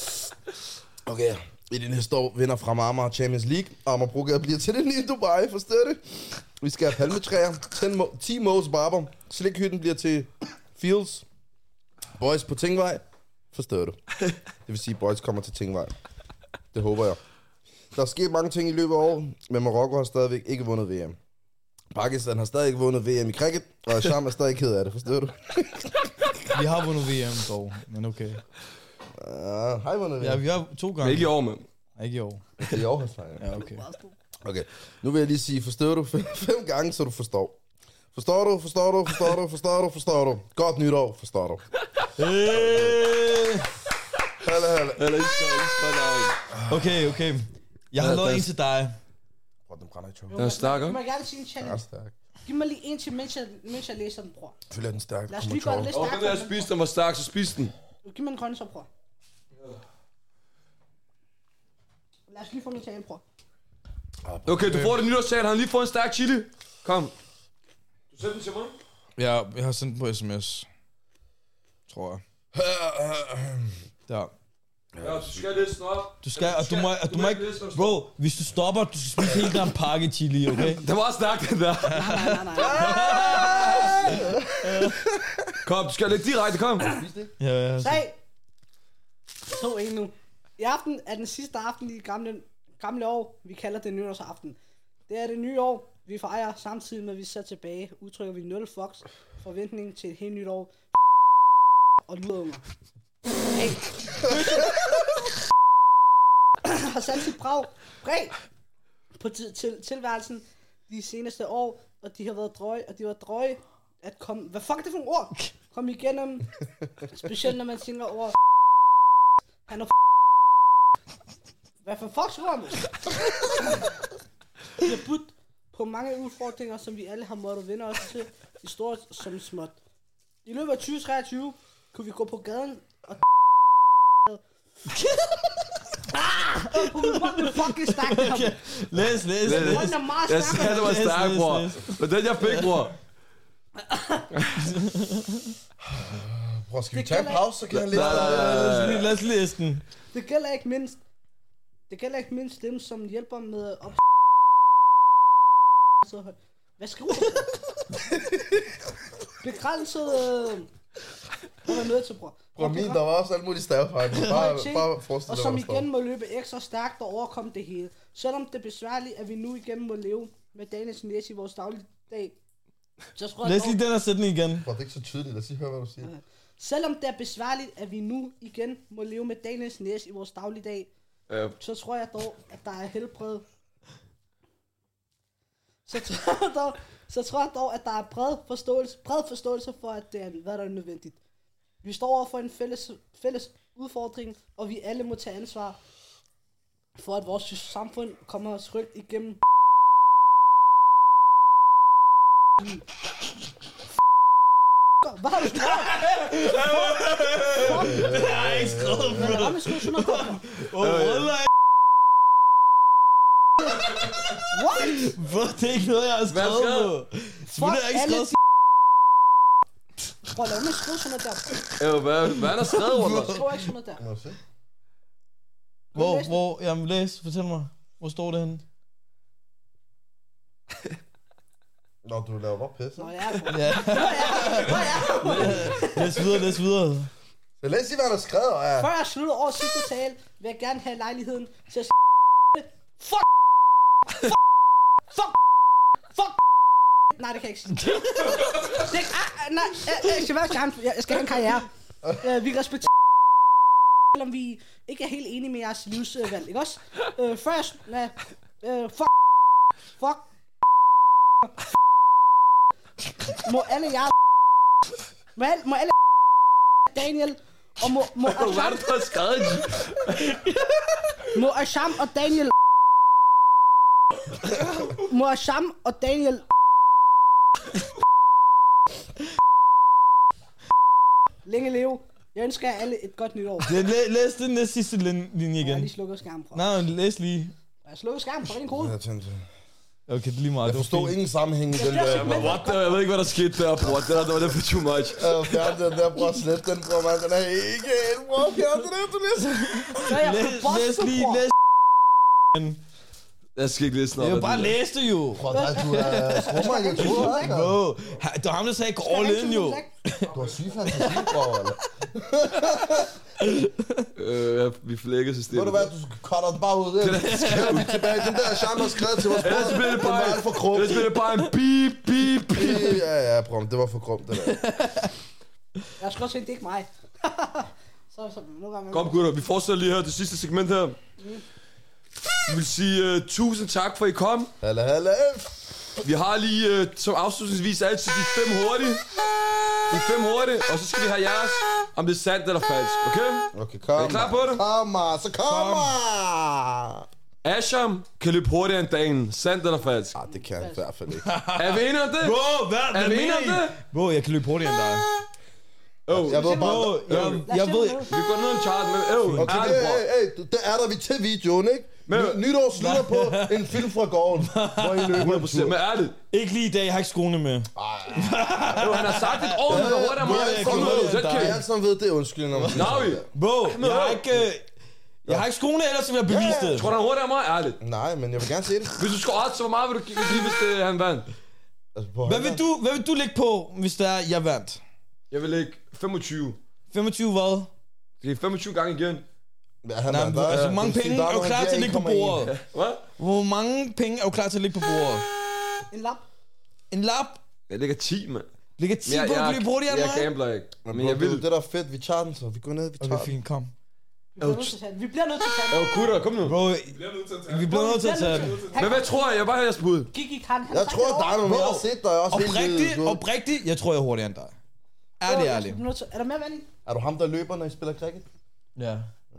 Okay, i det næste år vinder fra Amager Champions League, og Amagerbrogade bliver til det nye Dubai, forstår du? Vi skal have palmetræer, ti Moes Barber, slikhytten bliver til Fields, Boys på Tingvej, forstår du? Det vil sige, Boys kommer til Tingvej. Det håber jeg. Der er sket mange ting i løbet af året, men Marokko har stadigvæk ikke vundet V M. Pakistan har stadig ikke vundet V M i cricket, og Sham er stadig ked af det, forstår du? Vi har vundet V M dog, men okay. Uh, har I vundet V M? Ja, vi har to gange. Men ikke i år, mand. Nej, ikke i år. Det er i år, har jeg. Ja, okay. Okay, nu vil jeg lige sige, forstår du fem, fem gange, så du forstår. Forstår du, forstår du, forstår du, forstår du, forstår du. Godt nytår, forstår du. Øh. Halle, halle. Eller I skal, I skal lave. Okay, okay. Jeg har Ja, lavet der- en til dig. Prøv, den brænder i tog. Den er stærk, Du ikke? må gerne sige en Den er challenge. stærk. Giv mig lige en til, mens jeg, mens jeg læser den, bror. Selvfølgelig er den stærk. Lad os Kommer lige gøre det tårer. lidt Og den der stærkere. spiste, den var stærk, så spis den. Giv mig en grønne så, bror. Lad os lige få min tale, bror. Okay, du får det nytårstale. Han har lige fået en stærk chili. Kom. Du sender den til mig? Ja, jeg har sendt den på sms. Tror jeg. Der. Ja, du skal læse den op. Du skal, og du må, og du må ikke... Bro, hvis du stopper, du skal spise hele den pakke chili, okay? Det var stærkt, den der. Nej, nej, nej. Kom, du skal lægge direkte, kom. Ja, ja. tre, to, en nu. I aften er den sidste aften i gamle, gamle år. Vi kalder det nytårsaften. Det er det nye år. Vi fejrer samtidig med, at vi ser tilbage. Udtrykker vi nul fucks. Forventning til et helt nyt år. Og ludunger. Hey. Har sat sit brag præg på til, til, tilværelsen de seneste år. Og de har været drøje, og de var drøje at komme... Hvad fuck er det for nogle ord? Kom igennem. Specielt når man tænker over... Han er Hvad for fuck skriver man? Vi har budt på mange udfordringer, som vi alle har måttet vende os til, i stort som småt. I løbet af tyve treogtyve kunne vi gå på gaden og ah! På min hånd er fucking stærkt det her. Læs, læs, Læs. læs. Hånden er meget Jeg stærk. sagde, det var Læs, stærk, læs, bror. læs. Det er den, jeg fik, bror. Prøv, skal vi Det tage en gælder- pause, så kan jeg læse Nej, nej, nej, Lad os lige- Lad os læse den. Det gælder ikke mindst Det gælder ikke mindst dem, som hjælper med at op... Hvad skriver du? Begrænset... Øh... Hvad er nødt til, bror? Prøv, min, der var også alle mulige stavefejl. Bare, Ting, bare forestil og dig, som hvad der igen må løbe ekstra stærkt og overkomme det hele. Selvom det er besværligt, at vi nu igen må leve med dagens næse i vores dagligdag. Så tror jeg Læs dog- lige den og sæt den igen. Prøv, det er ikke så tydeligt. Lad os lige høre, hvad du siger. Selvom det er besværligt, at vi nu igen må leve med dagens næse i vores dagligdag, Ja. så tror jeg dog, at der er helbred. så tror jeg dog, så tror jeg dog, at der er bred forståelse, bred forståelse for, at det er, hvad der er nødvendigt. Vi står over for en fælles, fælles udfordring, og vi alle må tage ansvar for, at vores samfund kommer trygt igennem. Hvad har du skrevet? Jeg har ikke skrevet på Men det. Rami skrev sådan noget. Åh, wallah. What? Bro, det er ikke noget, jeg har skrevet på. Selvfølgelig har jeg ikke skrevet. Prøv at lade mig skrive sådan noget der. Øh, hvad, hvad er der skrevet under? Jeg skriver ikke sådan noget der. Må jeg se? Hvor, hvor, jamen læs, fortæl mig. Hvor står det henne? Nå, du laver bare pisse. Nå ja, bro. Ja. Nå ja. Læs videre, læs videre. Så lad os sige, hvad han har skrevet, og ja. Før jeg slutter over sidste tale, vil jeg gerne have lejligheden til at s*** Fuck! Fuck! Fuck! Fuck! Nej, det kan jeg ikke sige. Det, ah, nej, jeg, jeg, skal være, jeg, jeg skal have en karriere. Uh, vi respekterer, selvom vi ikke er helt enige med jeres livsvalg, ikke også? Uh, først, nej, uh, fuck, fuck, må alle jer, må alle, må alle Daniel, og må, må Hvad er Asham, det, du har skrevet? må Asham og Daniel, må Asham og Daniel, længe leve. Jeg ønsker jer alle et godt nytår. Ja, læ, læs den næste sidste lin- linje Jeg har igen. lige slukket skærmen fra. Nej, læs lige. Jeg slukker skærmen fra din kode. Jeg tænkte, Okay, det er lige meget. jeg det var forstod fint. ingen sammenhæng i den bliver der. simpelthen- What the, jeg ved ikke, hvad der skete der, bror. Det der, det var det for too much. Jeg har fjernet den der, bror. Slet den, bror, man. Den er ikke helt, bror. Fjern den efter det. Så er jeg Læs, på læs Boston, lige, bror. læs. Jeg skal ikke læse Det noget. er jo bare at læse det jo. Bror, nej, du er strummer, jeg tror, ikke? Bro, ha- det var ham, der sagde, gå all in jo. Du har syg fantasi, bror, eller? Øh, ja, vi flækker systemet. Ved du hvad, du cutter den bare ud. Det er tilbage. Den der Jean har skrevet til vores bror. Ellers bliver det Den var bare, alt for krum. ellers bliver det bare en beep, beep, beep. Ja, ja, bror, det var for krum, det der. Jeg skal også se, det er ikke mig. så, så, nu gange. Kom gutter, vi fortsætter lige her det sidste segment her. Vi vil sige uh, tusind tak for, at I kom. Halla, halla. Vi har lige uh, som afslutningsvis altid de fem hurtige. De fem hurtige, og så skal vi have jeres, om det er sandt eller falsk, okay? Okay, kom. Er I klar på det? Kom, så kom. Asham kan løbe hurtigere end dagen. Sandt eller falsk? Ah, det kan jeg i hvert fald ikke. Er vi enige om det? Bro, hvad, Er hvad vi enige om mener I? det? Bro, jeg kan løbe hurtigere end dig. Oh, Jeg ved bare... Bro, jeg, Lad jeg os ved... se noget. vi går ned en chart med... Oh, Okay, det, hey, hey, det er der vi til videoen, ikke? Men- Ny- Nytår slutter på en film fra gården, hvor I løber en hundrede procent. tur. Men ærligt. Ikke lige i dag, jeg har ikke skoene med. Jo, han har sagt et år, der hurtigere mig. jeg Kom kan nu, hurtigere end det dig. kan Jeg alt sammen ved, det er undskyldende. Navi. Bro, jeg har ikke... øh, Jeg har ikke skoene, ellers vil jeg bevise det. Tror du, han er hurtigere end mig? Ærligt. Nej, men jeg vil gerne se det. Hvis du skal odds, så hvor meget vil du give, hvis det, han vandt? Altså, på Hvad vil håndværk. du, hvad vil du lægge på, hvis der er, jeg vandt? Jeg vil lægge femogtyve. femogtyve hvad? Det er femogtyve gange igen. Ja, han Nej, er men, der, altså, hvor mange det vil sige, penge der er du når klar han til at giver lægge på en komma en. bordet? Hvad? Hvor mange penge er du klar til at lægge på bordet? En lap. En lap? Jeg lægger ti, mand. Ligger ti Jeg, på, at jeg, blive hurtigere end jeg mig? gambler ikke. Men, Men jeg vil... Det der er fedt, vi tager den så. Vi går ned, vi tager Okay, fint, kom. Vi bliver nødt til at tage den. Vi bliver nødt til at tage den. Åh, gutter, kom nu. Bro, vi bliver nødt til at tage den. Men hvad tror jeg? Jeg bare har jeres bud. Gik ikke han. han Jeg trak tror, det der er over. nogle, jeg har set dig også helt Oprigtigt, vildt. oprigtigt, jeg tror, jeg er hurtigere end dig. Ærlig, Jeg ærlig. bliver nødt til- Er der mere vand i? Er du ham, der løber, når I spiller cricket? Ja.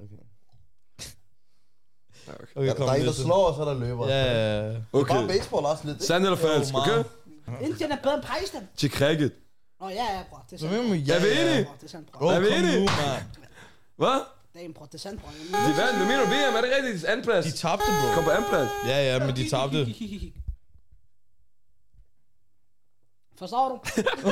Okay. Okay, Der kom. er en, der næste. slår, og så er der løber. Ja, ja, ja. Bare Okay. baseball også lidt. Sandt eller falsk, Jo, meget. okay? Indien er bedre end Pakistan. Til cricket. Nå ja, ja, bror. Det er Så sandt. hvem Er vi enige? Bror, det er sandt, bror. Bro, Er vi kom enige? nu, mand. Hvad? Damn, bror, det er sandt, bror. De vandt. Hvad mener du, V M? Er det rigtigt? Anden plads? De tabte, bro. Kom på anden plads. Ja, ja, men de tabte. Forstår du?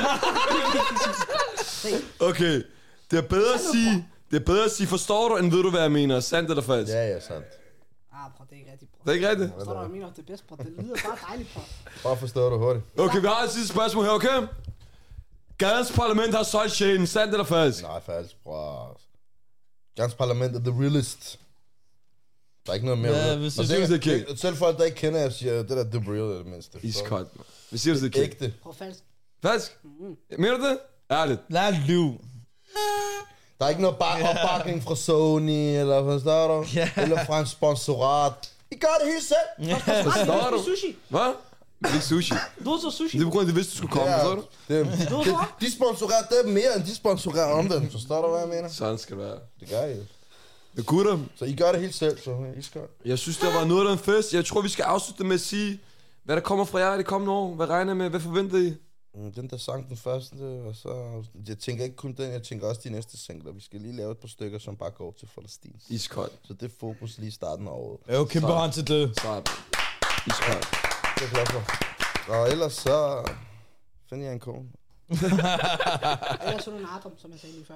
Se, Okay. Det er bedre at sige... Det er bedre at sige, forstår du, end ved du, hvad jeg mener? Sandt eller falsk? Ja, ja, sandt. ah, bror, det er ikke rigtigt, bror. Det er ikke rigtigt? Forstår du, hvad jeg mener? Det er bedst, bror. Det lyder bare dejligt, bror. Bare forstår du hurtigt. Okay, vi har et sidste spørgsmål her, okay? Gadens parlament har solgt sjælen. Sandt eller falsk? Nej, falsk, bror. Gans parlament er the realest. Der er ikke noget mere. Ja, real. hvis Og du siger, det er det- Selv folk, der ikke kender jer, siger, det der er the real, er det mindste. Iskoldt, man. Vi siger det, det er Ægte. Bror, falsk. Falsk? Mener du det? Ærligt. Lad lyve. Der er ikke noget bare opbakning fra Sony, eller forstår du? Ja. Eller fra en sponsorat. I gør det helt selv. Forstår Ah, du? sushi. Hvad? Det er ikke sushi. Du så sushi. Det er på grund af, at de vidste, du skulle komme, Ja, forstår du? det, Du de, så? de sponsorerer dem mere, end de sponsorerer omvendt. Forstår du, hvad jeg mener? Sådan skal det være. Det gør I. Men gutter, Så I gør det helt selv, så I skal. jeg synes, det var noget af en fest. Jeg tror, vi skal afslutte med at sige, hvad der kommer fra jer i det kommende år. Hvad regner I med? Hvad forventer I? Den der sang den første, og så... Jeg tænker ikke kun den, jeg tænker også de næste singler. Vi skal lige lave et par stykker, som bare går til Palæstina. Iskold. Så det er fokus lige i starten af året. Jeg er jo kæmpe Så. hånd til det. Start. Iskold. Det er jeg glad for. Og ellers så... Finder jeg en kone. Ellers sådan en Adam, som jeg sagde lige før.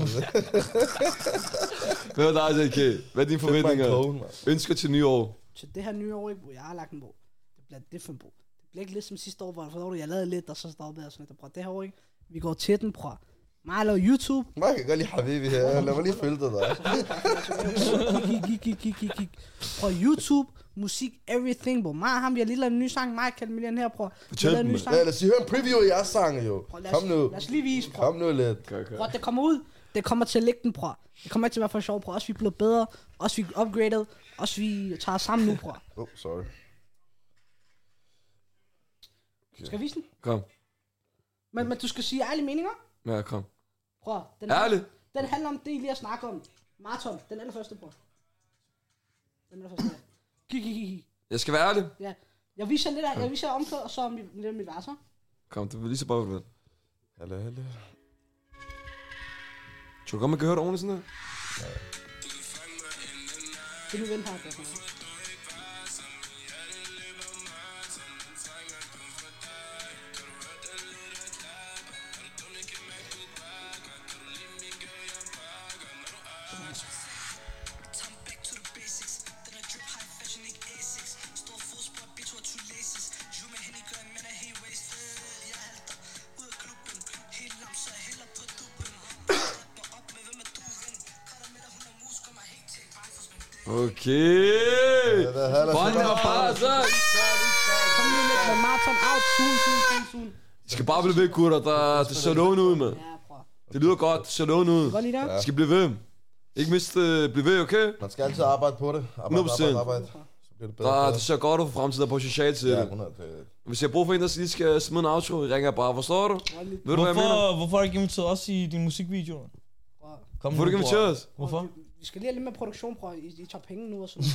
Hvad var dig, J K? Hvad er dine forventninger? Kone, man. Ønsker til nye år? Så det her nye år, ikke, hvor jeg har lagt en bog, det bliver different bog. Det bliver ikke ligesom sidste år, hvor jeg, forstår du, jeg lavede lidt, og så stoppede jeg sådan lidt. Prøv, det her år, ikke? Vi går til den, prøv. Mig laver YouTube. Man kan godt lide Habibi her. Lad mig lige følge dig der. Kig, kig, kig, kig, kig, kig. Prøv, YouTube, musik, everything, bro. Mig og ham, vi har lige lavet en ny sang. Mig kaldt millionær, prøv. Vi Fortæl har lavet en dem, ny mand. sang. Ja, lad os lige høre en preview af jeres sange, jo. Prøv, lad Kom os, nu. lad os lige vise, prøv. Kom nu lidt. Okay, okay. Prøv, det kommer ud. Det kommer til at ligge den, prøv. Det kommer ikke til at være for sjov, prøv. Også vi er blevet bedre. Også vi er upgraded. Også vi tager os sammen nu, prøv. Oh, sorry. Skal vi vise den? Kom. Men, men du skal sige ærlige meninger. Ja, kom. Prøv, den, Ærligt. den handler om det, I lige har snakket om. Marathon, den allerførste, prøv. Den allerførste, ja. Kig, kig, kig, kig. Jeg skal være ærlig. Ja. Jeg viser lidt af, jeg viser omkvædet, og så om lidt om mit verser. Kom, det vil lige så bare, hvad du vil. Hallo, hallo. Tror du godt, man kan høre det ordentligt sådan her? Det er nu ven her, det er sådan noget. Okay. Hallo, Båndene var bare så. Kom nu med med marathon out, soon, soon, soon, soon. I skal bare blive ved, gutter. Der, det ser lovende ud, mand. Ja, prøv. Det lyder godt. Det ser lovende ud. Godt lige der? I skal blive ved. Ikke miste, uh, blive ved, okay? Man skal altid arbejde på det. Arbejde, hundrede procent. arbejde, arbejde. Så bliver det bedre. Der, bedre. det ser godt ud for fremtiden, der er potentiale til Ja, det. hundrede. Det, Hvis jeg har brug for en, der lige skal smide en outro, ringer jeg bare. Forstår du? Godt lige. Ved du, hvad jeg mener? Hvorfor, hvorfor har du ikke inviteret os i din musikvideo? Prøv. Kom Hvorfor du ikke bror. inviteret os? Hvorfor? Vi- Vi skal lige have lidt mere produktion, prøv. I, I tager penge nu og sådan.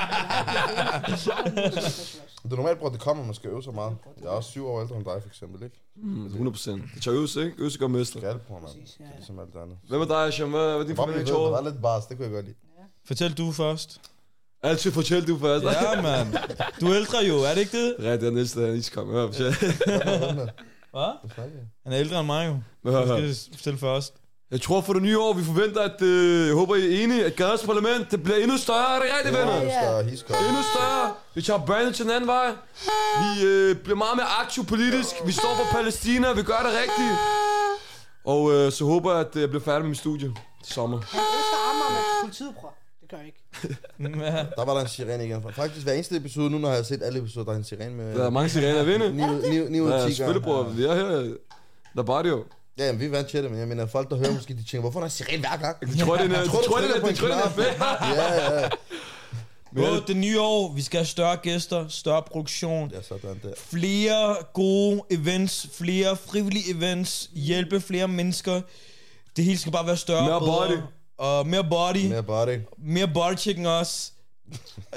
det er normalt, bror, det kommer, man skal øve så meget. Jeg er også syv år ældre end dig, for eksempel, ikke? Mm, hundrede procent. Det tager øvelse, ikke? Øvelse gør mester. Skal det på, mand. Præcis, ja, Det ja. er ligesom alt andet. Hvad med dig, Asham? Hvad hvad er din Bare blive forventning ved, til det var året? lidt bars, det kunne jeg godt lide. Fortæl du først. Altid fortæl du først. Ja, mand. Du er ældre jo, er det ikke det? Ja, det er næste, han lige skal komme. Hør, fortæl. Hvad? Hvad snakker jeg? Han er ældre end mig jo. Hør, Du hør. skal fortælle først. Jeg tror for det nye år, vi forventer, at øh, jeg håber, I er enige, at Gaders Parlament, det bliver endnu større. Er det rigtigt, venner? Ja, ja. Endnu større. Vi tager brandet til den anden vej. Vi øh, bliver meget mere aktiv politisk. Vi står for Palæstina. Vi gør det rigtigt. Og øh, så håber jeg, at jeg bliver færdig med mit studie til sommer. Han elsker Amager med politiet, prøv. Det gør jeg ikke. Ja. Der var der en sirene igen. Faktisk hver eneste episode, nu når jeg har set alle episoder, der er en sirene med... Der er mange sirener at vinde. ni ud Ja, af ti selvfølgelig, bror. Vi er her. Der er bare det jo. Ja, jamen, vi er vant til det, men jeg mener, folk der hører måske, de tænker, hvorfor er der en sirene hver gang? Jeg tror, det er Jeg en tror, du tror, det trykker er på en det tror, det er knap. fedt. Ja, ja, Bro, det nye år, vi skal have større gæster, større produktion, ja, sådan der. flere gode events, flere frivillige events, hjælpe flere mennesker. Det hele skal bare være større. Mere bedre. body. Og mere body. Mere body. Mere body chicken også. øh,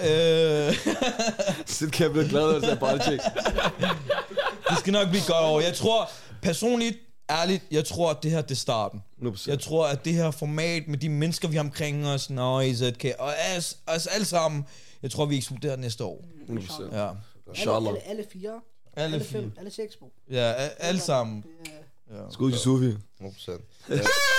Så kan jeg blive glad, at jeg bare tjek. det skal nok blive godt over. Jeg tror, personligt, ærligt, jeg tror, at det her det er starten. hundrede procent. Jeg tror, at det her format med de mennesker, vi har omkring os, Noise, Z K, og os, os alle sammen, jeg tror, vi eksploderer næste år. hundrede procent. Ja, Alle, Inshallah. alle, alle fire. alle Alle fire. fem. Alle seks, bro. Ja, a- alle sammen. Ja. Ja. Skud til Sofie. hundrede procent. Ja.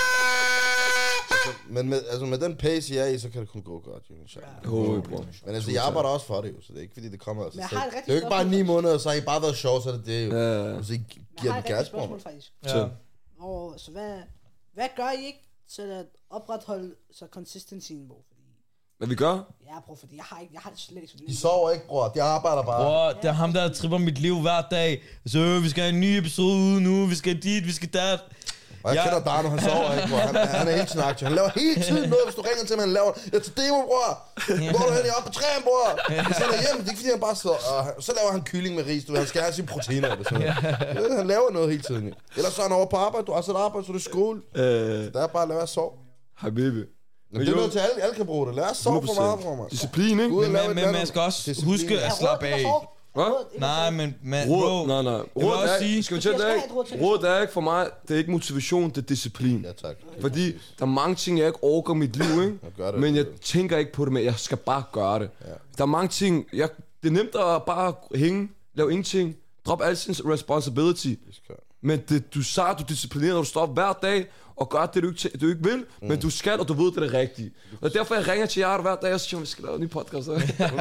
Altså, men med, altså med den pace, jeg er i, så kan det kun gå godt, jo. inshallah. Håber, bror. Men altså, jeg arbejder også for det, jo, så det er ikke fordi, det kommer af sig Men jeg selv. har et Det rigtig er jo ikke bare spørgsmål. ni måneder, så har I bare været sjov, så er det det jo. Ja, ja, ja. Så I Men giver jeg har den et rigtigt gas på mig. spørgsmål, faktisk. Ja. Og så hvad, hvad gør I ikke til at opretholde så consistensyen, bro? Fordi, Hvad vi gør? ja, bro, fordi jeg har, ikke, jeg har det slet ikke sådan. De sover ikke, bror. De arbejder bare. Bror, det er ham, der tripper mit liv hver dag. Så øh, vi skal have en ny episode ude nu, vi skal dit, vi skal dat. Og Og jeg Ja. kender Darno, han sover ikke, bror. Han, han er hele tiden aktiv. Han laver hele tiden noget, hvis du ringer til ham, han laver... Jeg er til demo, bror. Hvor er du hen? Jeg er oppe på træen, bror. Hvis han er hjemme, det er ikke fordi, han bare sidder... Og han, så laver han kylling med ris, du ved. Han skal have sine proteiner eller sådan noget. Han laver noget hele tiden. Ellers så er han over på arbejde. Du har sat arbejde, så er det skole. Øh, Der er bare at lade være at sove. Habibi. Men det er noget til alle, alle kan bruge det. Lad os sove for meget, bror, man. Disciplin, ikke? Ud og Men, lave men, et men eller man skal også disciplin. huske at slappe af. Hvad? Nej, men man, Råd, bro, nej, nej. jeg vil Råd også er, sige- skal vi tjekke det Jeg skal ikke? have et råd til. Råd er ikke for mig, det er ikke motivation, det er disciplin. Ja, tak. Fordi der er mange ting, jeg ikke orker i mit liv, ikke? Jeg gør det. Men jeg tænker ikke på det, men jeg skal bare gøre det. Ja. Der er mange ting, jeg, det er nemt at bare hænge, lave ingenting, drop al sin responsibility. Men det, du sagde, du disciplinerer, når du står op hver dag og gør det, du ikke, du ikke vil, mm. men du skal, og du ved, det er det rigtige. Og derfor jeg ringer til jer hver dag og siger, vi skal lave en ny podcast.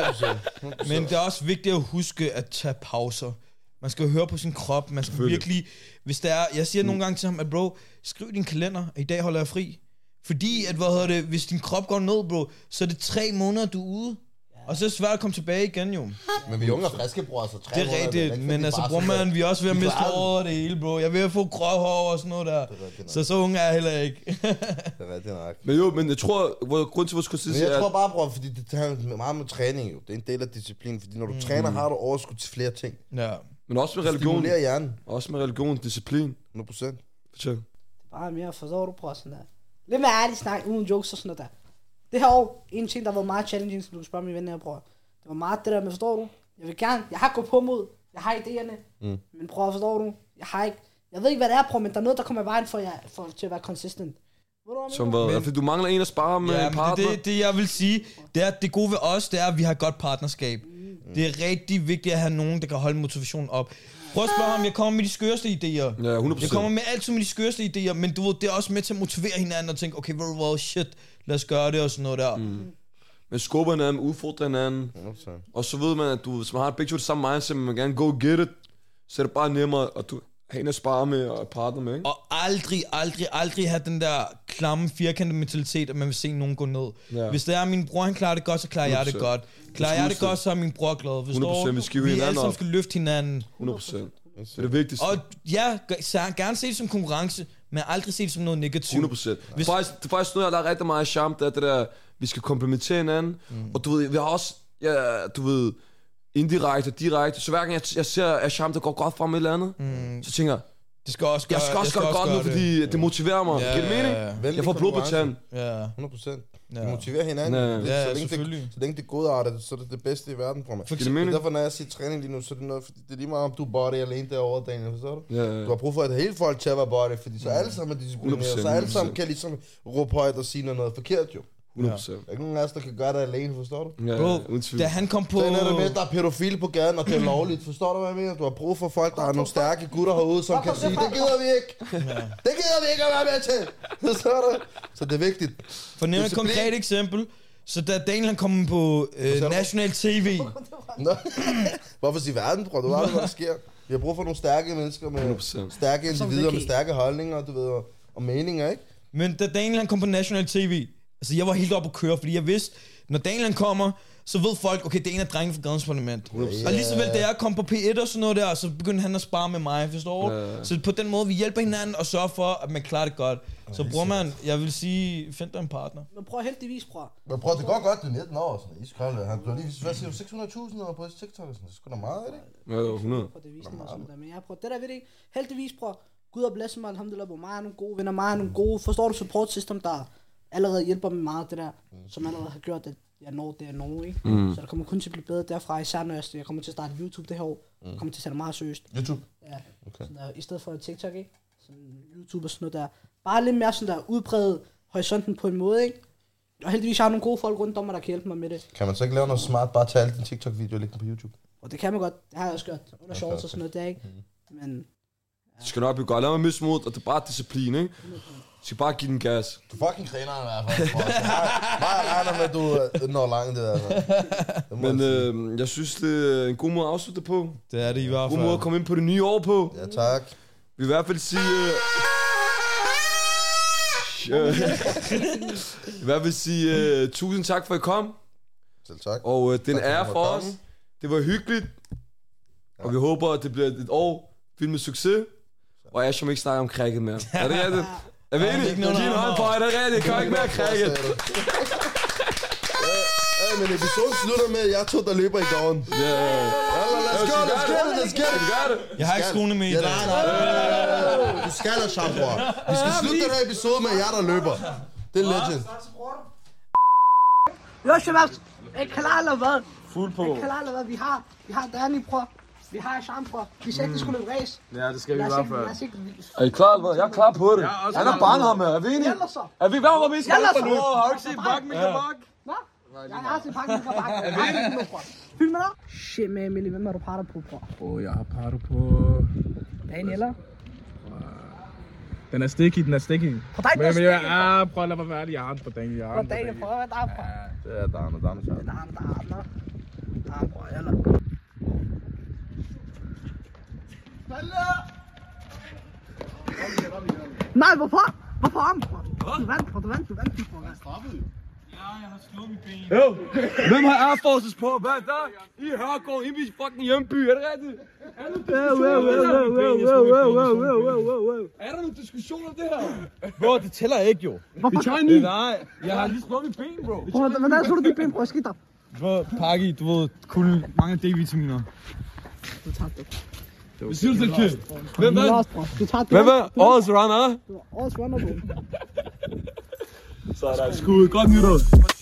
Men det er også vigtigt at huske at tage pauser. Man skal høre på sin krop. Man skal virkelig... Hvis der er... Jeg siger mm. nogle gange til ham, at bro, skriv din kalender, at i dag holder jeg fri. Fordi, at hvad hedder det, hvis din krop går ned, bro, så er det tre måneder, du er ude. Og så er det svært at komme tilbage igen, jo. Men vi er unge og friske, bror, så tre Det er måneder, rigtigt, ikke, men fordi altså, bare bror sådan man, vi er også ved at Vi miste klarer den. over det hele, bro. Jeg er ved at få grå hår og sådan noget der. rigtigt Så så unge er jeg heller ikke. Det er rigtigt nok. Men jo, men jeg tror, hvor grund til, hvor skulle Men sige, jeg tror at bare, bror, fordi det har meget med træning, jo. Det er en del af disciplin, fordi når du mm. træner, har du overskud til flere ting. Ja. men også med religion, Stimulerer hjernen, også med religion, disciplin. hundrede procent. Fortæl. Bare mere, forstår du, bror, sådan der. Lidt mere ærligt snak, uden jokes og sådan noget der. Det her år, en ting, der var meget challenging, som du kan spørge min ven her, bror. Det var meget det der med, forstår du? Jeg vil gerne, jeg har gået på mod, jeg har idéerne, mm. men bror, forstår du? Jeg har ikke, jeg ved ikke, hvad det er, bror, men der er noget, der kommer i vejen for, jer, for til at være consistent. Ved du, hvad jeg Som mener? hvad? Men- Fordi du mangler en at spare med Ja, en men partner. det, det, det jeg vil sige, det er, at det gode ved os, det er, at vi har et godt partnerskab. Mm. Det er rigtig vigtigt at have nogen, der kan holde motivationen op. Prøv at spørge ham, jeg kommer med de skøreste idéer. Ja, hundrede procent. Jeg kommer med altid med de skørste idéer, men du ved, det er også med til at motivere hinanden og tænke, okay, very well, shit, lad os gøre det og sådan noget der. Mm. Men skubber hinanden, udfordrer hinanden. hundrede procent. Og så ved man, at du, hvis man har begge to det samme mindset, men man gerne go get it, så er det bare nemmere, at du har en at spare med og et partner med, ikke? Og aldrig, aldrig, aldrig have den der klamme, firkantede mentalitet, at man vil se nogen gå ned. Ja. Hvis det er, at min bror han klarer det godt, så klarer jeg det hundrede godt. Klarer jeg det godt, så er min bror glad. Forstår hundrede procent, du? vi skal hive Vi alle hinanden sammen op. skal løfte hinanden. hundrede procent. Det er det vigtigste. Og ja, g- så gerne se det som konkurrence, men aldrig se det som noget negativt. hundrede procent. Det er faktisk, det er faktisk noget, der er rigtig meget charme, det er det der, vi skal komplementere hinanden. Mm. Og du ved, vi har også, ja, du ved, indirekte og direkte. Så hver gang jeg, jeg ser, at charme, der går godt frem et eller andet, mm. så tænker jeg, Det skal også gøre, jeg skal også gøre det godt nu, fordi det motiverer mig. Ja, Giver det mening? ja, Vældig Jeg får blod på konkurrence. tanden. ja. hundrede procent. Ja. Vi motiverer hinanden. Ja. Det, Ja, så, længe selvfølgelig. det, så længe det godarter, så er det det bedste i verden, bror. For Giver det eksempel, mening? Derfor, når jeg siger træning lige nu, så er det noget, fordi det er lige meget, om du er body alene derovre, Daniel, forstår du? Ja, ja. Du har brug for et helt folk til at være body, fordi så alle sammen er disciplineret, så alle sammen kan ligesom råbe højt og sige noget forkert, jo. hundrede procent. Der er ikke nogen af os, der kan gøre det alene, forstår du? Ja, bro, uden tvivl. da han kom på... Sådan er det med, at der er pædofile på gaden, og det er lovligt. Forstår du, hvad jeg mener? Du har brug for folk, der har nogle stærke gutter herude, som kan sige, det gider vi ikke. Det gider vi ikke at være med til. Forstår du? Så det er vigtigt. For at nævne et Disciplin. konkret eksempel, så da Daniel han kom på øh, du? National T V, Nå. Hvorfor sige verden, bror? Du ved aldrig, hvad der sker. Vi har brug for nogle stærke mennesker med hundrede procent. stærke Som individer med Vicky. stærke holdninger, du ved, og, og meninger, ikke? men da Daniel han kom på National T V, altså jeg var helt oppe at køre, fordi jeg vidste, når Daniel han kommer, så ved folk, okay, det er en af drengene fra Gadens Parlament. procent. Og lige så vel, da jeg kom på P et og sådan noget der, så begyndte han at spare med mig, forstår du? Ja. Så på den måde, vi hjælper hinanden og sørger for, at man klarer det godt. Så bror man, jeg vil sige, find dig en partner. Men prøv heldigvis, bror. Men prøv, det går godt, du er nitten år, sådan iskold. Han, du har lige, hvad siger du, seks hundrede tusind på TikTok, og sådan. Det er sgu da meget, er det ikke? Ja, hundrede. Prøv, det viser mig sådan der. Men jeg prøver, det der ved det ikke. Heldigvis, bror. Gud og blesse mig, alhamdulillah, hvor mig er nogle gode venner, mig er nogle gode, forstår du, support system, der allerede hjælper mig meget, det der, som allerede har gjort, at jeg når det, jeg når, ikke? Mm. Så der kommer kun til at blive bedre derfra, især når jeg, jeg kommer til at starte YouTube det her år. Jeg kommer til at tage det meget seriøst. YouTube. Ja, okay. Sådan der, i stedet for TikTok, ikke? Sådan YouTube og sådan noget der. Bare lidt mere sådan der udbredt horisonten på en måde, ikke? Og heldigvis har jeg nogle gode folk rundt om mig, der kan hjælpe mig med det. Kan man så ikke lave noget smart, bare tage alle dine TikTok-videoer og lægge dem på YouTube? Og det kan man godt, det har jeg også gjort, under Okay, shorts okay. og sådan noget der, ikke? Men Det skal nok blive godt. Lad mig mismod, og det er bare disciplin, ikke? Du skal bare give den gas. Du fucking griner i hvert fald. bror. Bare jeg regner med, at du øh, når langt det der. Altså. Det må Men jeg sige. øh, jeg synes, det er en god måde at afslutte på. Det er det i hvert God måde at fald. komme ind på det nye år på. Ja, tak. Vi vil i hvert fald sige... Øh, I hvert fald sige uh, tusind tak for at I kom. Selv tak. Og uh, det er en Tak, fordi ære du for måtte os. komme. Det var hyggeligt. Og vi håber, at det bliver et år fyldt med succes. Og jeg som ikke snakker om cricket mere. Er det rigtigt? Er vi enige? Giv en hånd på, er det rigtigt? Jeg kan ikke mere cricket. Ja, men episoden slutter med, at jeg tog, der løber i gården. Ja, ja, ja. Lad os gøre det, lad os gøre det, lad os gøre det. Gør det. Jeg har ikke skoene med i Ja, dag. nej, nej. Du skal have shampoo. Vi skal slutte den her episode med jer, der løber. Det er legend. Jo, Shabab, er I klar eller hvad? Fuld på. Er I klar eller hvad? Vi har, vi har Danny, prøv. Vi har Sham, prøv. Vi sagde, de skulle løbe race. Ja, det skal vi i Lad os hvert ikke, fald. lad os ikke. Er I klar, eller hvad? Jeg er klar på det. Han er bange ham her. Er vi enige? Ellers så. Er vi hvad var vi skal Ellers så. nu? Har du ikke set bakken, Michael Bak? Hvad? Jeg har set pakken, Michael Bak. Jeg har ikke noget, prøv. Fyld med dig. Shit, med Emilie, hvem har du parter på, prøv? Åh, oh, jeg har partet på... Daniela? Den er sticky, den er sticky. På dig, Men, men jeg, ah, prøv at lade mig være ærlig. Jeg har den på Daniel. Jeg har På den på Daniel, prøv. Hvad er der, prøv? Det er Dan og Dan. Der er der, der. Der er, prøv. Eller. Nej, hvorfor? Hvorfor om? Du vandt, du vandt, du vandt, du vandt. Ja, jeg har slået mit ben. Jo. Hvem har Air Forces på? Hvad er der? I Hørgård, i min fucking hjemby. Er det rigtigt? Er der nogle diskussioner om det her? Bro, det tæller ikke jo. Hvorfor? Nej, jeg har lige slået mit ben, bro. Prøv, hvordan så du dit ben, prøv? Skidt dig. Bro, pakke, du ved, kun mange D-vitaminer. Du tabte. Hvad siger du til kid? Hvem Du vandt? lost, bro. Du tabte. Hvem er årets runner? Du er årets runner, bro. Så er der skud. Godt nytår.